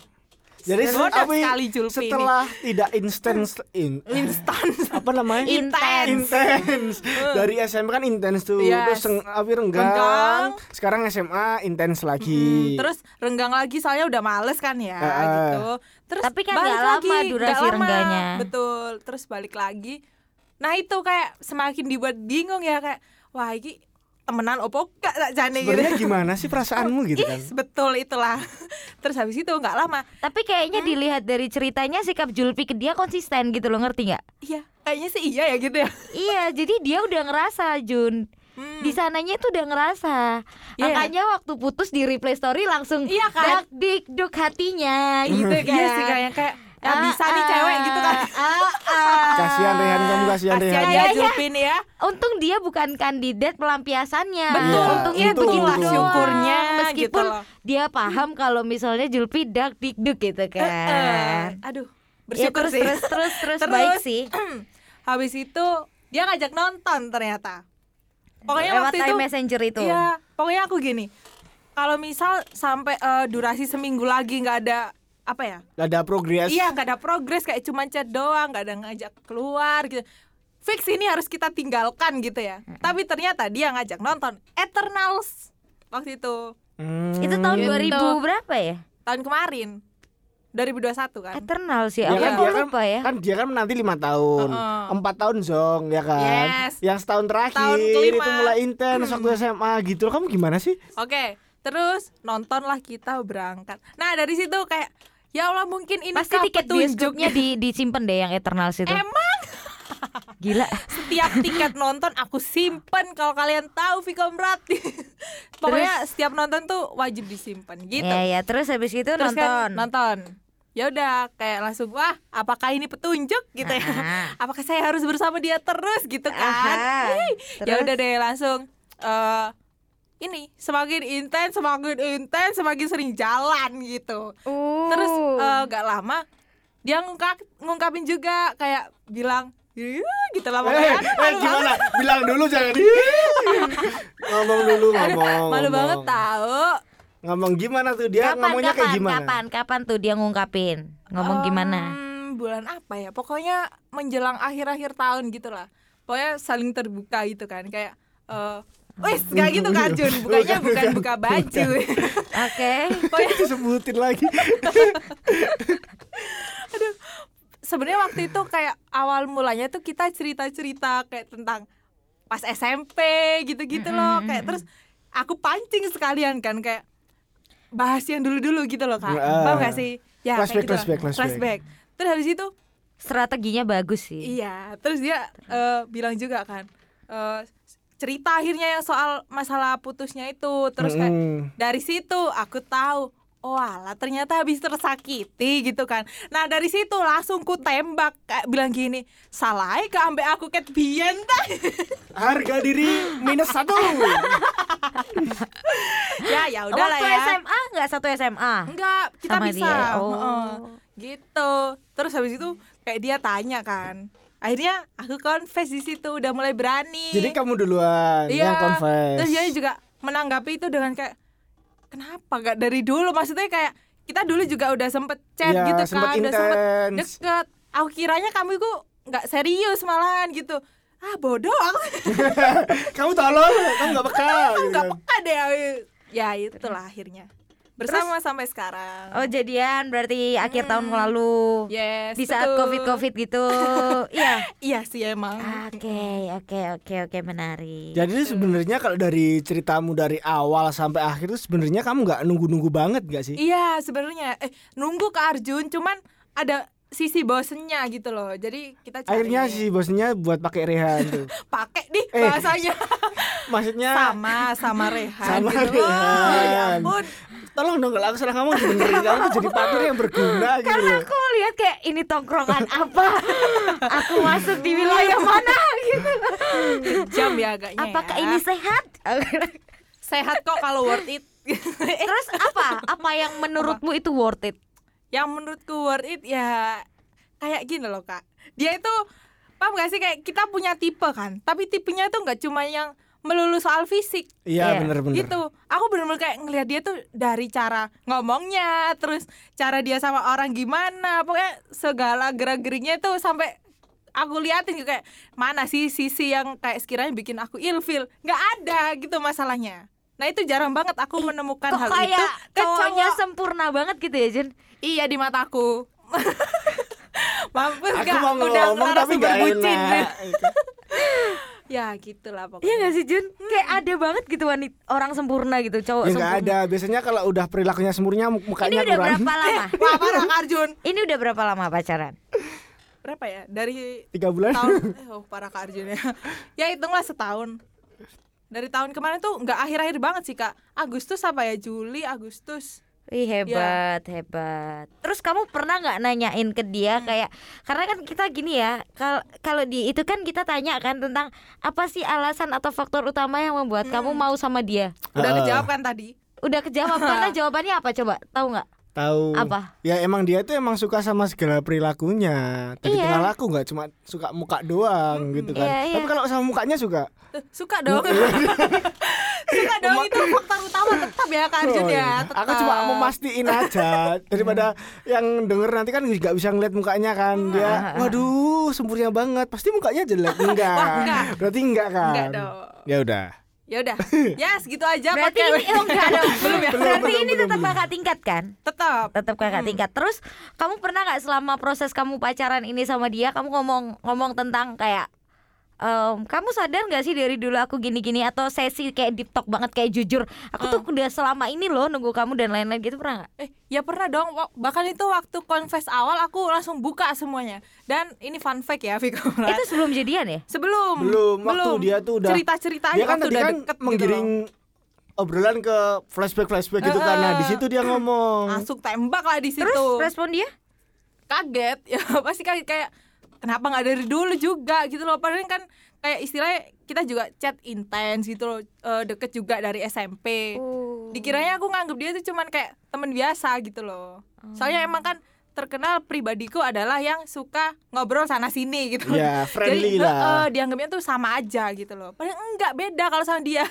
Jadi Bodoh tapi sekali Julpi setelah tidak instan in, instan apa namanya? Intens. Intens. Dari S M P kan intens tuh, Yes. terus seng, apa, renggang. Renggang. Sekarang S M A intens Hmm, lagi. terus renggang lagi soalnya udah males kan ya Uh-uh. gitu. Terus Tapi kan balik nggak lama lagi, durasi nggak lama. renggangnya. Betul. Terus balik lagi. Nah itu kayak semakin dibuat bingung ya kayak wah ini temenan opo gak tak jane gitu. Sebenarnya gimana sih perasaanmu gitu kan? Ih, betul itulah. Terus habis itu nggak lama. Tapi kayaknya Hmm? dilihat dari ceritanya sikap Julpi ke dia konsisten gitu loh, ngerti nggak? Iya, kayaknya sih iya ya gitu ya. Iya, jadi dia udah ngerasa Jun. Hmm. Di sananya tuh udah ngerasa. Iya. Makanya waktu putus di reply story langsung Iya kan? dak dik duk hatinya gitu kan. Iya sih kayak kayak nggak Ah, bisa nih ah, cewek gitu kan. ah, ah. Kasihan Rehan, kamu kasihan Kasihan Rehan. ya Kayaknya- Julpin ya. Untung dia bukan kandidat pelampiasannya. Betul. Untungnya Untung, begitu untung. doang. Syukurnya Meskipun gitu loh. dia paham kalau misalnya Julpi dak dik duk gitu kan. Eh, Aduh, Ya, bersyukur terus, sih. terus terus terus Terus, baik sih. Habis itu dia ngajak nonton ternyata. Pokoknya Lewat waktu time itu messenger itu. Iya, pokoknya aku gini. Kalau misal sampai eh, durasi seminggu lagi nggak ada apa ya? Gak ada progres. Iya, nggak ada progres kayak cuma chat doang, nggak ada ngajak keluar gitu. Fix ini harus kita tinggalkan gitu ya. Tapi ternyata dia ngajak nonton Eternals waktu itu Hmm. Itu tahun Gitu. dua ribu berapa ya? tahun kemarin dua ribu dua puluh satu kan. Eternal sih. Ya Aku kan kok dia kan, lupa ya. kan dia kan nanti lima tahun, Heeh. empat tahun Zong ya kan. Yes. Yang setahun terakhir Tahun kelima. itu mulai intens waktu S M A gitu. Kamu gimana sih? Oke, terus nontonlah kita berangkat. Nah dari situ kayak ya Allah mungkin ini Pasti kah tiket petunjuknya. bioskopnya di disimpan deh yang Eternals itu. Emang Gila. setiap tiket nonton aku simpen kalau kalian tahu Vikomrat. Pokoknya setiap nonton tuh wajib disimpan gitu. Ya ya, terus habis itu Terus nonton. kan nonton. Ya udah kayak langsung wah apakah ini petunjuk gitu ya? Aha. Apakah saya harus bersama dia terus gitu kan? Aha. Ih, Ya Terus? udah deh langsung eh ini semakin intens semakin intens semakin sering jalan gitu. Uh. Terus eh, gak lama dia ngungkap ngungkapin juga kayak bilang "Iya," gitu lah Eh, pokoknya. Aduh, eh, malu gimana? banget. Bilang dulu jangan. ngomong dulu ngomong. Malu ngomong. banget tahu. Ngomong gimana tuh dia kapan ngomongnya kapan kayak gimana? kapan kapan tuh dia ngungkapin? Ngomong Em, gimana? Bulan apa ya? Pokoknya menjelang akhir-akhir tahun gitu lah. Pokoknya saling terbuka gitu kan kayak eh wis gak gitu kan Jun. Bukanya Bukan, bukan bukan, buka baju. Oke. Pokoknya Disebutin lagi. sebenarnya waktu itu kayak awal mulanya tuh kita cerita-cerita kayak tentang pas S M P gitu-gitu loh. Kayak terus aku pancing sekalian kan kayak bahas yang dulu-dulu gitu loh Kak. Ah. Paham gak sih? Ya Flashback, kayak gitu lah. flashback, flashback. Flashback. Terus habis itu Strateginya bagus sih. iya, terus dia eh, bilang juga kan eh, cerita akhirnya yang soal masalah putusnya itu. Terus kayak Mm-mm. dari situ aku tahu oh alah ternyata habis tersakiti gitu kan. Nah dari situ langsung ku tembak kayak bilang gini salah ke ambek aku ket biyen ta. Harga diri minus satu. Ya ya udah lah Waktu ya. S M A nggak satu S M A? Enggak, kita Sama bisa. dia. Oh. Heeh. Gitu. Terus habis itu kayak dia tanya kan. Akhirnya aku confess di situ udah mulai berani. Jadi kamu duluan iya. yang confess. Terus dia juga menanggapi itu dengan kayak kenapa gak dari dulu, maksudnya kayak kita dulu juga udah sempet chat Iya, gitu sempet kan, udah sempet intens. deket. Aku kiranya kamu itu nggak serius malahan gitu. Ah bodoh aku. Kamu tolol, kamu gak peka. Aku gitu nggak kan. peka deh. Ya itulah akhirnya Bersama Terus, sampai sekarang. Oh jadian berarti hmm. akhir tahun lalu. Yes. Di saat covid-covid gitu. Iya. Iya sih emang. Oke oke oke oke menarik. Jadi sebenarnya kalau dari ceritamu dari awal sampai akhir itu sebenarnya kamu nggak nunggu-nunggu banget nggak sih? Iya sebenarnya. Eh nunggu ke Arjun, cuman ada sisi bosennya gitu loh. Jadi kita cari. Akhirnya sisi bosennya buat pakai Rehan tuh. Pakai nih eh, bahasanya. Maksudnya sama sama Rehan. Sama gitu. Rehan. Oh, ya ampun. Tolong dong, kalau aku salah kamu benerin, kamu tuh jadi partner yang berguna gitu. Karena aku lihat kayak ini tongkrongan apa, aku masuk di wilayah mana gitu. Jam ya agaknya. Apakah ya. ini sehat? Sehat kok kalau worth it. Terus apa? Apa yang menurutmu apa? Itu worth it? Yang menurutku worth it ya kayak gini loh Kak. Dia itu paham gak sih kayak kita punya tipe kan, tapi tipenya itu nggak cuma yang melulu soal fisik. Iya yeah, bener-bener gitu. Aku bener-bener kayak ngelihat dia tuh dari cara ngomongnya, terus cara dia sama orang gimana, pokoknya segala gerak-geriknya tuh sampai aku liatin kayak mana sih sisi yang kayak sekiranya bikin aku ilfeel. Nggak ada gitu masalahnya. Nah itu jarang banget aku menemukan Kok hal kayak itu. Cowoknya sempurna banget gitu ya Jen? Iya di mataku. Mampus aku gak? mau Udah ngomong tapi gak enak. Ya gitulah pokoknya. Iya gak sih Jun? Hmm. Kayak ada banget gitu wanita orang sempurna gitu, cowok ya, sempurna. Gak ada, biasanya kalau udah perilakunya sempurna mukanya kurang. Ini udah kurang. Berapa lama? Wah parah Arjun. Ini udah berapa lama pacaran? Berapa ya? Dari tiga bulan tahun, eh, oh parah Kak Arjun ya. Ya hitunglah setahun. Dari tahun kemarin tuh gak akhir-akhir banget sih Kak. Agustus apa ya? Juli, Agustus. Wih hebat, ya. hebat. Terus kamu pernah nggak nanyain ke dia hmm. kayak, karena kan kita gini ya, kalau kalau di itu kan kita tanya kan tentang apa sih alasan atau faktor utama yang membuat hmm. kamu mau sama dia? Udah uh. kejawab kan tadi? Udah kejawab karena jawabannya apa coba? Tahu nggak? Tahu. Apa? Ya emang dia tuh emang suka sama segala perilakunya. Dari iya. tingkah laku nggak cuma suka muka doang hmm. gitu kan. Iya, iya. Tapi kalau sama mukanya suka. Suka dong. Suka dong itu faktor utama tetap ya Kak Arjun oh, ya. Tetap. Aku cuma mau mastiin aja daripada yang denger nanti kan nggak bisa ngeliat mukanya kan dia. Waduh sempurna banget. Pasti mukanya jelek enggak? Wah, enggak. Berarti enggak kan? Enggak dong. Ya udah. Ya udah. Ya segitu aja. Berarti ini oh, enggak dong. belum ya. Berarti belum, ini belum, tetap belum. kakak tingkat kan? Tetap. Tetap kakak hmm. tingkat. Terus kamu pernah nggak selama proses kamu pacaran ini sama dia kamu ngomong ngomong tentang kayak Um, kamu sadar gak sih dari dulu aku gini-gini atau sesi kayak deep talk banget kayak jujur aku tuh udah selama ini loh nunggu kamu dan lain-lain gitu pernah gak? Eh ya pernah dong, bahkan itu waktu confess awal aku langsung buka semuanya. Dan ini fun fact ya Viko. Itu sebelum jadian ya? Sebelum Belum, waktu belum. dia tuh udah cerita-ceritanya dia kan waktu tadi udah kan deket menggiring gitu obrolan ke flashback-flashback gitu uh, kan. Nah di situ dia ngomong langsung tembak lah di situ. Terus respon dia? Kaget ya pasti kaget kayak kenapa nggak dari dulu juga gitu loh. Padahal kan kayak istilahnya kita juga chat intens gitu loh, uh, deket juga dari S M P. Oh. Dikiranya aku nganggep dia tuh cuman kayak teman biasa gitu loh. Oh. Soalnya emang kan terkenal pribadiku adalah yang suka ngobrol sana sini gitu. Ya, friendly jadi, lah. Uh, dianggapnya tuh sama aja gitu loh. Padahal enggak, beda kalau sama dia.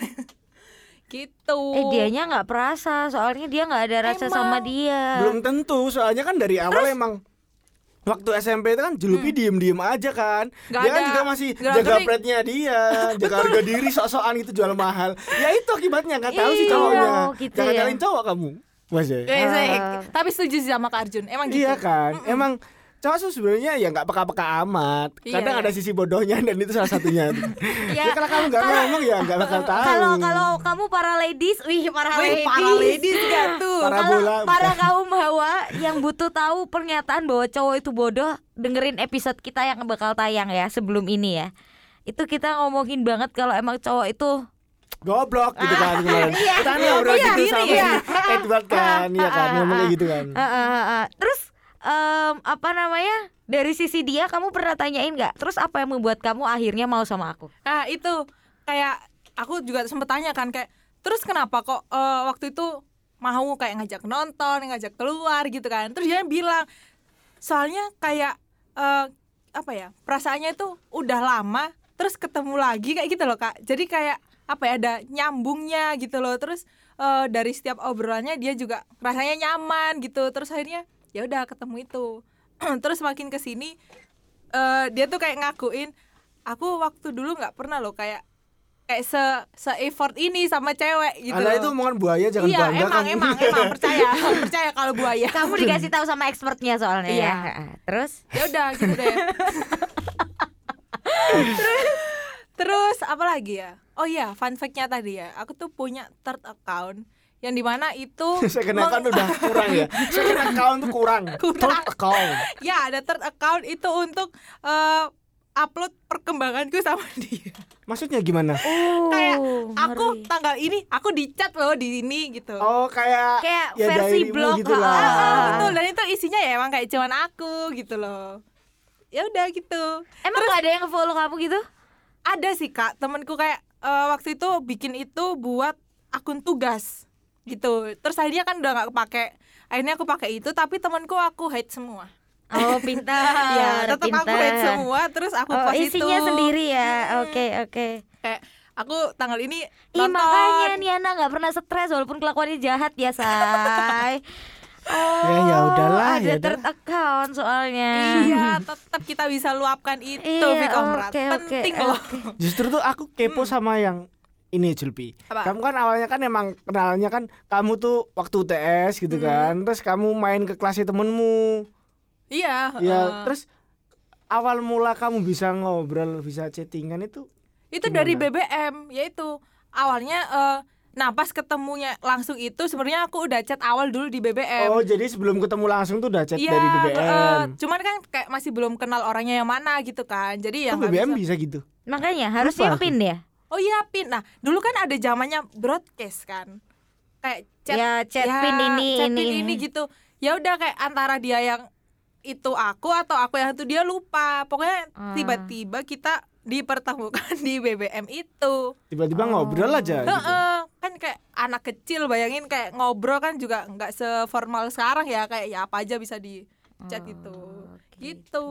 Gitu. Eh dianya nggak perasa, soalnya dia nggak ada rasa emang. sama dia. Belum tentu, soalnya kan dari awal Terus? emang waktu S M P itu kan Julupi hmm. diem-diem aja kan. Gak dia ada. kan juga masih Gak jaga ada. pride-nya dia, jaga harga diri sok-sokan gitu jual mahal. Ya itu akibatnya nggak tahu sih Iya, cowoknya. gitu Jangan ya. nyalain cowok kamu. Mas ya. Eh, saya- Ah. Tapi setuju sih sama Kak Arjun. Emang gitu. Iya kan. Mm-mm. Emang cowok tuh sebenarnya ya nggak peka-peka amat. Iya, Kadang iya. ada sisi bodohnya dan itu salah satunya. Ya, Ya kalau kamu nggak kalau- ngomong ya nggak bakal tahu. Kalau kalau kamu para ladies, wih para Wih, ladies. para ladies gak tuh? Para Kalau bola, para bukan. kaum hawa yang butuh tahu pernyataan bahwa cowok itu bodoh, dengerin episode kita yang bakal tayang ya sebelum ini ya. Itu kita ngomongin banget kalau emang cowok itu goblok gitu kan kemarin. Iya. Kita ngobrol Iya, gitu gini, sama iya. si Edward kan, iya kan ngomong kayak gitu kan. Uh, uh, uh, uh. Terus um, apa namanya? Dari sisi dia kamu pernah tanyain nggak? Terus apa yang membuat kamu akhirnya mau sama aku? Nah itu kayak aku juga sempet tanya kan kayak terus kenapa kok uh, waktu itu mau kayak ngajak nonton, ngajak keluar gitu kan. Terus dia bilang soalnya kayak uh, apa ya perasaannya itu udah lama terus ketemu lagi kayak gitu loh Kak. Jadi kayak apa ya ada nyambungnya gitu loh. Terus uh, dari setiap obrolannya dia juga rasanya nyaman gitu. Terus akhirnya ya udah ketemu itu. Terus makin kesini uh, dia tuh kayak ngakuin aku waktu dulu nggak pernah loh kayak kayak se se effort ini sama cewek gitu. Alah itu omongan buaya, jangan iya, bangga emang, kamu. emang emang percaya percaya kalau buaya. Kamu dikasih tahu sama expertnya soalnya Iya. ya. Terus Ya udah gitu deh. terus, terus apa lagi ya? Oh iya, fun fact-nya tadi ya. Aku tuh punya third account yang dimana itu Second account udah kurang ya. Second account tuh kurang. Kurang. Third account. ya ada third account itu untuk eh, upload perkembanganku sama dia. Maksudnya gimana? oh, Kayak aku ngeri. tanggal ini aku dicat loh di ini gitu. Oh kayak Kayak ya versi diarymu blog, gitu ha, lah. Ah, ah. betul, dan itu isinya ya emang kayak cuman aku gitu loh. Ya udah gitu. Emang gak ada yang follow kamu gitu? Ada sih Kak, temenku kayak eh, waktu itu bikin itu buat akun tugas gitu. Terus akhirnya kan udah gak kepake. Akhirnya aku pakai itu, tapi temenku aku hide semua. Oh pintar. Iya, tetap aku hide pintar. semua. Terus aku Oh, post itu. isinya sendiri ya. Oke oke. Kayak aku tanggal ini Ih nonton. makanya Niana nggak pernah stres walaupun kelakuannya jahat ya say. Oh, Ya, ya udahlah, ada ya udah. third account soalnya. Iya, tetap kita bisa luapkan itu, Iya, Vikomrat. oke, oke, Penting loh. Justru tuh aku kepo sama yang ini Julpi. Apa? Kamu kan awalnya kan emang kenalnya kan kamu tuh waktu U T S gitu kan. Terus kamu main ke kelasnya temenmu. Iya. Ya, eh, terus awal mula kamu bisa ngobrol, bisa chattingan itu itu gimana? dari B B M, yaitu awalnya eh, nah pas ketemunya langsung itu sebenarnya aku udah chat awal dulu di B B M. Oh, jadi sebelum ketemu langsung tuh udah chat Iya, dari B B M. eh, cuman kan kayak masih belum kenal orangnya yang mana gitu kan. Jadi ya Kok nggak B B M bisa. bisa gitu? Makanya harusnya Lupa aku. pin ya. Oh iya, pin. Nah, dulu kan ada zamannya broadcast kan. Kayak chat Ya, chat pin ini, chat pin ini. ini gitu. Ya udah kayak antara dia yang itu aku atau aku yang itu dia, lupa. Pokoknya Ah. tiba-tiba kita dipertemukan di B B M itu. Tiba-tiba Oh. ngobrol aja gitu. Heeh, kan kayak anak kecil, bayangin kayak ngobrol kan juga nggak seformal sekarang ya, kayak ya apa aja bisa di chat Oh, itu. gitu. Gitu.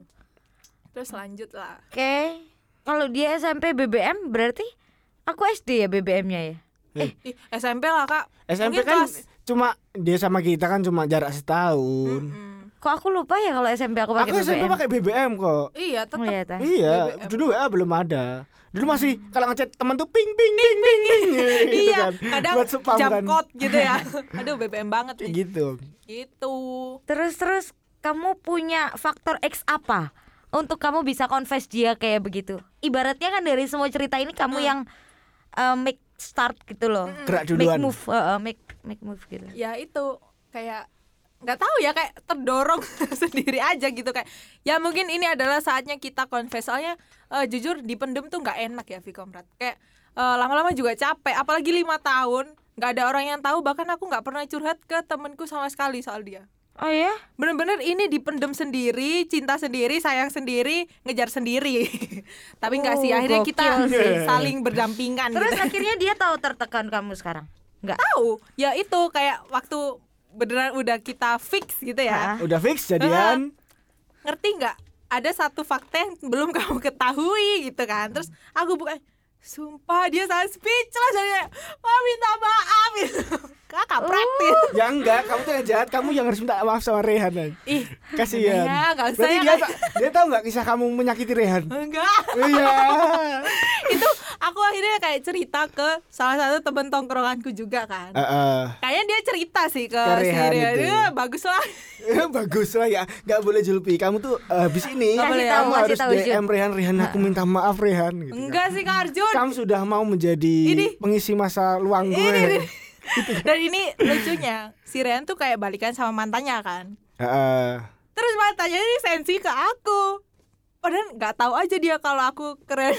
Terus lanjut lah. Oke. Kalau dia S M P B B M berarti aku S D ya B B M-nya ya. Eh, Ih, S M P lah Kak. S M P Mungkin kan kelas- cuma dia sama kita kan cuma jarak setahun. Mm-mm. Kok aku lupa ya kalau S M P aku pakai Aku B B M. S M P pakai B B M kok. Iya, tetap. Oh, iya, ta. Iya, B B M. dulu W A belum ada. Dulu masih kalau ngechat teman tuh ping ping ping ping ping gitu Iya, kan. kadang Buat spam jam kan. code gitu ya. Aduh, B B M banget Kayak nih. gitu. Gitu. Terus terus kamu punya faktor X apa untuk kamu bisa confess dia kayak begitu? Ibaratnya kan dari semua cerita ini kamu Hmm. yang uh, make start gitu loh. Gerak Make duluan. move, uh, uh, make make move gitu. Ya itu kayak nggak tahu ya, kayak terdorong sendiri aja gitu, kayak ya mungkin ini adalah saatnya kita confess. Soalnya eh, jujur dipendem tuh nggak enak ya Vikomrat, kayak eh, lama-lama juga capek, apalagi lima tahun nggak ada orang yang tahu. Bahkan aku nggak pernah curhat ke temenku sama sekali soal dia. Oh ya? Bener-bener ini dipendem sendiri, cinta sendiri, sayang sendiri, ngejar sendiri. Tapi nggak sih, Oh, akhirnya kita gokil sih. saling berdampingan. Terus gitu. akhirnya dia tahu tertekan kamu sekarang? Enggak. Tahu ya, itu kayak waktu beneran udah kita fix gitu ya. Hah? Udah fix jadian. Ngerti nggak, ada satu fakta yang belum kamu ketahui gitu kan. Terus aku bukan, sumpah dia sangat speechless, dia wah minta maaf gitu. Kakak praktis. Ya enggak, kamu tuh yang jahat, kamu yang harus minta maaf sama Rehan. Ay. Ih, Kasihan. ya nggak usah Berarti ya, dia Kak. ta- dia tahu nggak kisah kamu menyakiti Rehan? enggak. Iya. Itu aku akhirnya kayak cerita ke salah satu temen tongkronganku juga kan. Heeh. Kayaknya dia cerita sih ke, Ke si Rehan Rehan. itu. Ya, bagus lah. Bagus lah ya, nggak boleh Julpi. Kamu tuh eh, habis ini Nggak boleh, kamu kasih harus tahu, D Jun. M Rehan, Rehan aku minta maaf Rehan. Gitu, kan. Enggak sih Kak Arjun. Kamu sudah mau menjadi Ini. pengisi masa luang gue. Ini, ini. Dan ini lucunya, si Rehan tuh kayak balikan sama mantannya kan. Heeh. Terus mantannya ini sensi ke aku. Padahal nggak tahu aja dia kalau aku keren.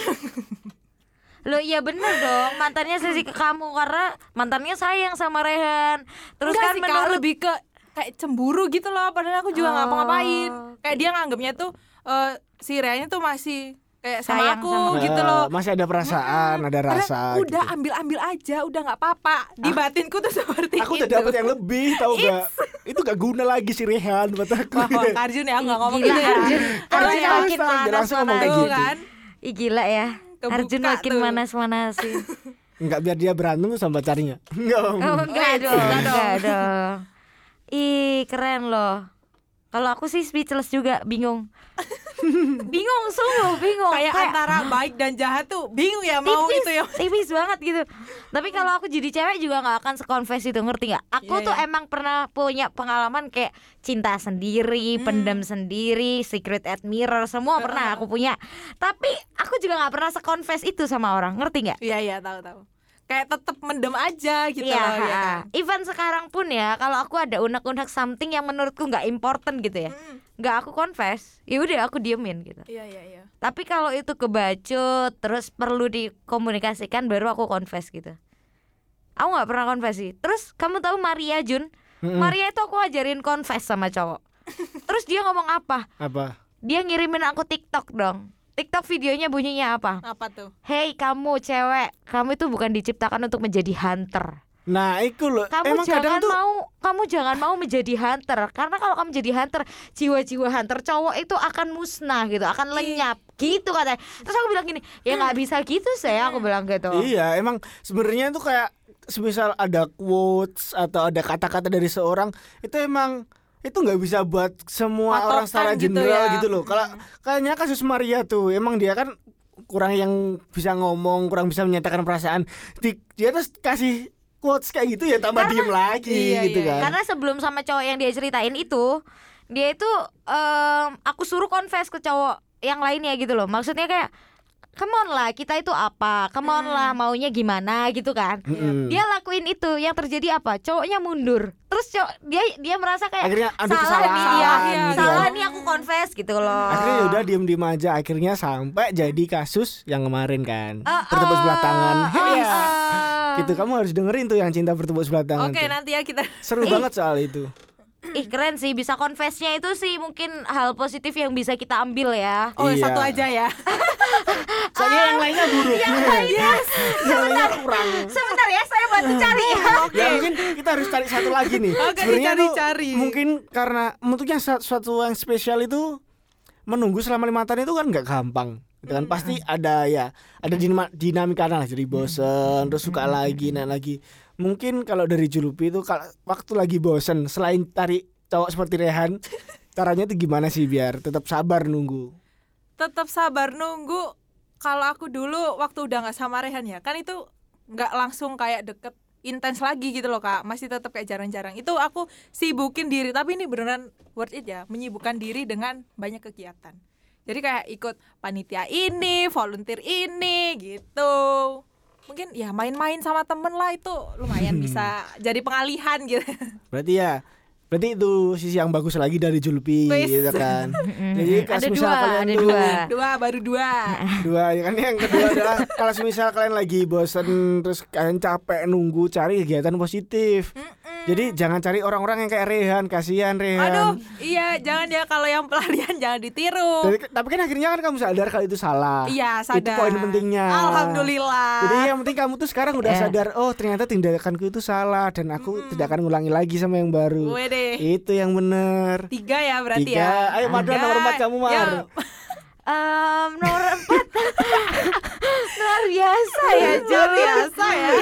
Loh iya bener dong, mantannya sesi ke kamu karena mantannya sayang sama Rehan. Terus Enggak kan sih, Kak, menurut lebih ke kayak cemburu gitu loh. Padahal aku juga nggak Oh, ngapa-ngapain. Kayak dia nganggapnya tuh eh, si Rehannya tuh masih kayak sama Sayang aku sama- gitu Eh, loh. Masih ada perasaan, ada Padahal rasa. udah gitu. ambil-ambil aja, udah nggak apa-apa. Di batinku tuh seperti Aku itu. udah dapat yang lebih, tahu gak? Itu gak guna lagi si Rehan buat aku. Wah, wah, Kak Arjun ya, aku nggak ngomong Gila, gitu ya. Arjun. Kalau Arjun yang makin Dia manas langsung ngomong kayak tuh gitu. kan. Ih gila ya. Kebuka Arjun makin tuh. manas-manasin. Enggak, biar dia berantem tuh sama pacarnya. Enggak. Oh enggak Enggak dong, dong. enggak dong. Ih keren loh. Kalau aku sih speechless juga, bingung. Bingung, sungguh bingung. Kayak antara baik dan jahat tuh bingung ya mau tipis, gitu ya. tipis banget gitu. Tapi kalau aku jadi cewek juga nggak akan sekonfes itu, ngerti nggak? Aku Iya, tuh iya. emang pernah punya pengalaman kayak cinta sendiri, Hmm. pendam sendiri, secret admirer, semua pernah aku punya. Tapi aku juga nggak pernah sekonfes itu sama orang, ngerti nggak? Iya iya tahu tahu. Kayak tetap mendem aja gitu Iya, loh ya kan. even sekarang pun ya, kalau aku ada unek-unek something yang menurutku nggak important gitu ya, Mm. nggak aku confess, ya udah aku diemin gitu. Iya iya iya. Tapi kalau itu kebacut terus perlu dikomunikasikan baru aku confess gitu. Aku nggak pernah confess sih. Terus kamu tahu Maria Jun? Mm-mm. Maria itu aku ajarin confess sama cowok. Terus dia ngomong apa? Apa? Dia ngirimin aku TikTok dong. TikTok videonya bunyinya apa? Apa tuh? Hey kamu cewek, kamu itu bukan diciptakan untuk menjadi hunter. Nah, itu loh. Kamu Emang kadang jangan tuh mau, kamu jangan mau menjadi hunter. Karena kalau kamu jadi hunter, jiwa-jiwa hunter cowok itu akan musnah gitu, akan lenyap gitu katanya. Terus aku bilang gini, ya nggak bisa gitu saya, aku bilang gitu. iya, emang sebenarnya itu kayak semisal ada quotes atau ada kata-kata dari seorang itu emang itu nggak bisa buat semua Patokan orang secara gitu general ya. gitu loh. Kalau kayaknya kasus Maria tuh emang dia kan kurang yang bisa ngomong, kurang bisa menyatakan perasaan. Di, dia terus kasih quotes kayak gitu ya tambah diem lagi iya, gitu iya. kan. Karena sebelum sama cowok yang dia ceritain itu, dia itu em, aku suruh confess ke cowok yang lainnya gitu loh. Maksudnya kayak come on lah, kita itu apa? Come on lah, maunya gimana gitu kan. Mm-mm. Dia lakuin itu, yang terjadi apa? Cowoknya mundur. Terus cowok, dia dia merasa kayak Akhirnya adu salah nih kesalahan dia, gitu salah kan. nih aku confess gitu loh. Akhirnya ya udah diem-diem aja. Akhirnya sampai jadi kasus yang kemarin kan. Uh, Bertepuk sebelah tangan. uh, Iya. uh. Gitu kamu harus dengerin tuh yang cinta bertepuk sebelah tangan. Oke tuh. nanti ya kita. Seru Ih. banget soal itu. Ih keren sih, bisa confessnya itu sih mungkin hal positif yang bisa kita ambil ya. Oh Iya. satu aja ya. Soalnya yang lainnya buruk. Yang lainnya, yang lainnya kurang. Sebentar ya, saya bantu cari ya. Ya mungkin kita harus cari satu lagi nih. Oke, Sebenarnya tuh dicari-cari. mungkin karena bentuknya su- suatu yang spesial itu menunggu selama lima tahun itu kan nggak gampang. Gitu kan pasti ada ya, ada dinama, dinamika lah, jadi bosen, terus suka lagi, naik lagi. Mungkin kalau dari Julupi itu kalau waktu lagi bosen, selain cari cowok seperti Rehan, caranya tuh gimana sih biar tetap sabar nunggu? Tetap sabar nunggu. Kalau aku dulu waktu udah nggak sama Rehan ya, kan itu nggak langsung kayak deket intens lagi gitu loh kak, masih tetap kayak jarang-jarang. Itu aku sibukin diri, tapi ini beneran worth it ya, menyibukkan diri dengan banyak kegiatan. Jadi kayak ikut panitia ini, volunteer ini gitu. Mungkin ya main-main sama temen lah, itu lumayan bisa jadi pengalihan gitu. Berarti ya, berarti itu sisi yang bagus lagi dari Julpi Wis. gitu kan. Jadi kalau Ada misal dua, kalian ada tuh dua. Dua baru dua. dua ya kan, yang kedua adalah kalau misal kalian lagi bosen terus kalian capek nunggu, cari kegiatan positif. Jadi jangan cari orang-orang yang kayak Rehan, kasihan Rehan. Aduh, iya jangan ya, kalau yang pelarian jangan ditiru. Tapi, tapi kan akhirnya kan kamu sadar kalau itu salah. Iya Itu sadar. poin pentingnya. Alhamdulillah. Jadi yang penting kamu tuh sekarang udah Ya. sadar, oh ternyata tindakanku itu salah dan aku tidak akan ngulangi lagi sama yang baru. Wede. Itu yang bener. Tiga ya berarti Tiga. ya. Ayo Marda, Tiga. nomor empat kamu, Mar. Ya. Um, nomor empat luar biasa ya Luar Jun. biasa ya.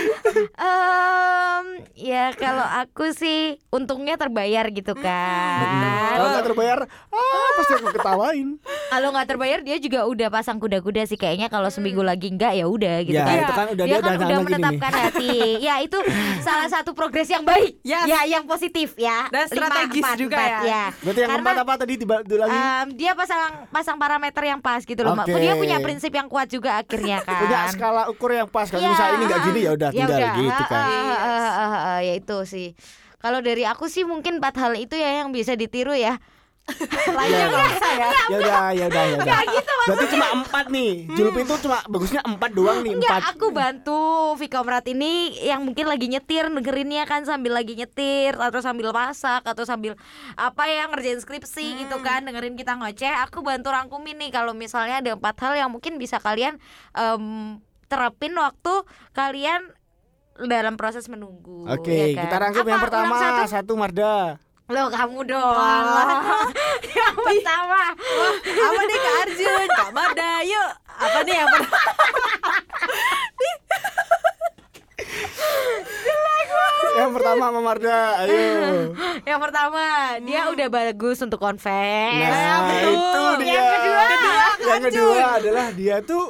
Um, ya kalau aku sih untungnya terbayar gitu kan. Kalau nggak terbayar, ah pasti aku ketawain. Kalau nggak terbayar dia juga udah pasang kuda-kuda sih kayaknya. Kalau seminggu lagi enggak ya udah gitu Ya kan. itu kan udah Dia dia, kan udah udah gini nih. menetapkan hati. Ya itu salah satu progres yang baik. Yes. Ya yang positif ya. Dan Lima, strategis empat, juga empat, ya. Berarti yang Karena, keempat apa tadi tiba tiba lagi? Um, dia pasang pasang parameter yang pas gitu loh. Oke. Dia punya prinsip yang kuat juga akhirnya kan. Punya skala ukur yang pas. Kalau Ya, misalnya ini nggak gini ya udah ya tinggal udah, gitu kan. ah, ah, ah, ah, ah, ya itu sih. Kalau dari aku sih mungkin empat hal itu ya yang bisa ditiru ya. Lainnya nggak usah ya. Ya udah, ya udah, ya udah. gitu Berarti cuma empat nih. Julpi itu cuma bagusnya empat doang nih, Enggak, empat. aku bantu Vikomrat ini yang mungkin lagi nyetir, dengerinnya kan sambil lagi nyetir atau sambil masak atau sambil apa ya ngerjain skripsi gitu kan, dengerin kita ngoceh. Aku bantu rangkumin nih kalau misalnya ada empat hal yang mungkin bisa kalian em, terapin waktu kalian dalam proses menunggu. Oke, ya kan? kita rangkum Apa? yang pertama. Ulang satu. Satu Marda. Loh kamu dong. Yang pertama. Wah, apa nih Kak Arjun, Kak Marda, yuk. Apa nih yang pertama? Yang pertama pertama Mama Marda, ayo. Yang pertama, dia udah bagus untuk konvers. Nah, betul. itu dia. Yang kedua, Yang kedua adalah dia tuh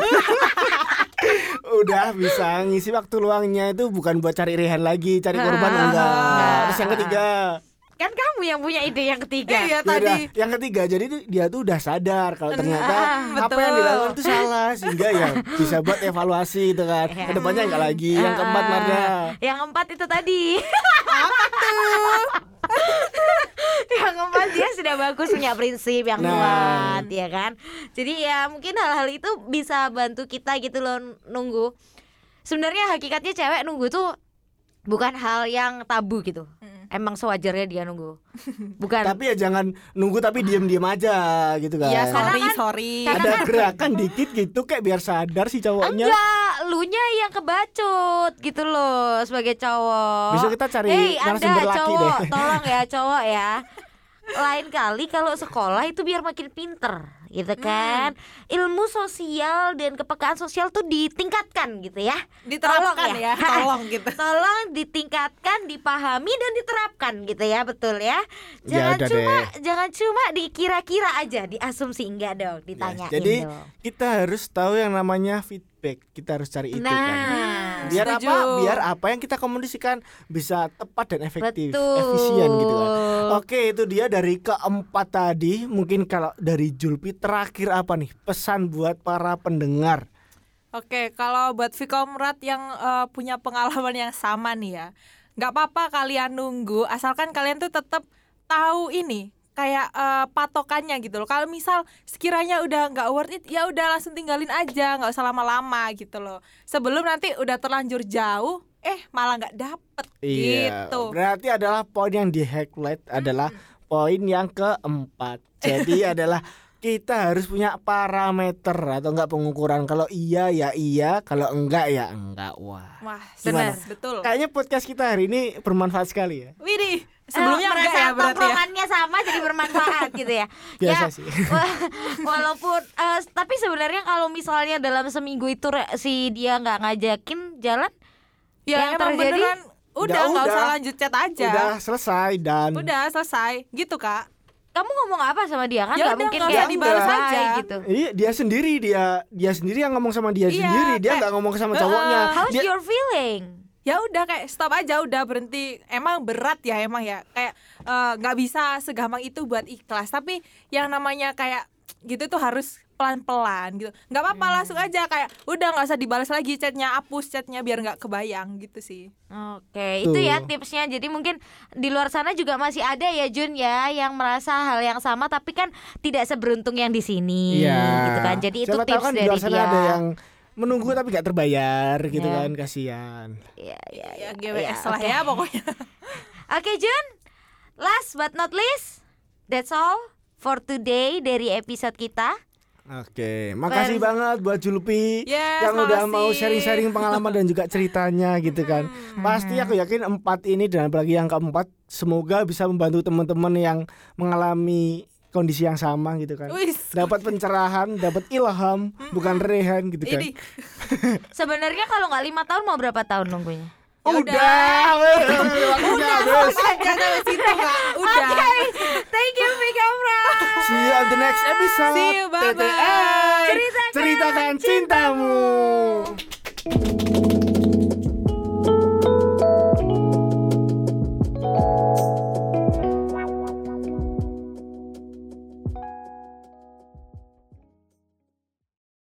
udah bisa ngisi waktu luangnya itu bukan buat cari rehan lagi, cari korban Ah. enggak. Terus yang ketiga, kan kamu yang punya ide yang ketiga. Iya ya tadi. udah, yang ketiga jadi tuh dia tuh udah sadar kalau ternyata Ah, apa betul. yang dilakukan itu salah sehingga ya bisa buat evaluasi itu kan. Iya. Kedepannya enggak lagi. Yang keempat Ah, Marda. Yang keempat itu tadi. Yang keempat dia sudah bagus punya prinsip yang Nah. kuat, ya kan. Jadi ya mungkin hal-hal itu bisa bantu kita gitu loh nunggu. Sebenarnya hakikatnya cewek nunggu tuh bukan hal yang tabu gitu. Emang sewajarnya dia nunggu. Bukan. Tapi ya jangan nunggu tapi diem-diem aja gitu kan. Iya, sorry, Karena kan- sorry. karena Ada gerakan dikit gitu kayak biar sadar si cowoknya. Enggak, lunya yang kebacut gitu loh sebagai cowok. Besok kita cari Hei, narasumber Anda laki cowok, deh. tolong ya cowok ya. Lain kali kalau sekolah itu biar makin pinter gitu kan. Ilmu sosial dan kepekaan sosial tuh ditingkatkan gitu ya. Diterapkan Tolong ya, tolong gitu. Tolong ditingkatkan, dipahami dan diterapkan gitu ya, betul ya. Jangan Ya udah cuma deh. jangan cuma dikira-kira aja, diasumsi enggak dong, ditanyain Jadi dong. kita harus tahu yang namanya feedback. Kita harus cari itu kan. Nah, Biar setuju. apa? Biar apa yang kita komunikasikan bisa tepat dan efektif, betul. efisien gitu kan. Oke, itu dia dari keempat tadi. Mungkin kalau dari Julpi terakhir apa nih pesan buat para pendengar? Oke, kalau buat Vikomrat yang eh, punya pengalaman yang sama nih ya, nggak apa-apa kalian nunggu, asalkan kalian tuh tetap tahu ini kayak eh, patokannya gitu loh. Kalau misal sekiranya udah nggak worth it, ya udah langsung tinggalin aja, nggak usah lama-lama gitu loh. Sebelum nanti udah terlanjur jauh, eh malah nggak dapet gitu. Berarti adalah poin yang di highlight adalah poin yang keempat. Jadi adalah kita harus punya parameter atau enggak pengukuran. Kalau iya ya iya, kalau enggak ya enggak. Wah. Wah, Gimana? benar, betul. Kayaknya podcast kita hari ini bermanfaat sekali ya. Widih, sebelumnya Eh, enggak merasa ya berarti ya. tongkrongannya sama jadi bermanfaat gitu ya. Biasa Ya, sih. wa- walaupun eh, tapi sebenarnya kalau misalnya dalam seminggu itu re- si dia nggak ngajakin jalan, Ya yang emang terjadi beneran udah Udah, nggak usah udah. lanjut chat aja. Udah selesai dan Udah selesai gitu Kak. kamu ngomong apa sama dia kan? Ya Nggak udah, mungkin nggak kayak usah dibalas bye aja. gitu. Iya, dia sendiri dia dia sendiri yang ngomong sama dia Iya, sendiri. Dia kayak- nggak ngomong sama Heeh. cowoknya. How's Dia your feeling? Ya udah kayak stop aja, udah berhenti. Emang berat ya emang ya, kayak eh, nggak bisa segampang itu buat ikhlas. Tapi yang namanya kayak gitu tuh harus pelan-pelan gitu. Nggak apa-apa Hmm. langsung aja kayak udah nggak usah dibalas lagi chatnya, hapus chatnya biar nggak kebayang gitu sih. Oke, Tuh. itu ya tipsnya. Jadi mungkin di luar sana juga masih ada ya Jun ya yang merasa hal yang sama tapi kan tidak seberuntung yang di sini Iya. gitu kan. Jadi itu Siapa tahu tips kan di dari luar sana dia. ada yang menunggu tapi nggak terbayar gitu Ya. kan, kasihan. Iya, iya, Ya iya. G W S Iya, lah oke. ya pokoknya. Oke Jun, last but not least, that's all for today dari episode kita. Oke, makasih banget buat Julpi Yes, yang udah makasih. mau sharing-sharing pengalaman dan juga ceritanya gitu kan. Pasti aku yakin empat ini dan apalagi yang keempat semoga bisa membantu teman-teman yang mengalami kondisi yang sama gitu kan. Wis. Dapat pencerahan, dapat ilham, bukan rehan gitu kan. Ini Sebenarnya kalau nggak lima tahun mau berapa tahun nunggunya? Udah, waktunya habis. aja sampai situ Kak. Udah. Thank you Vika Pra. See you on the next episode. See you, bye-bye. T T I. Ceritakan Ceritakan cintamu.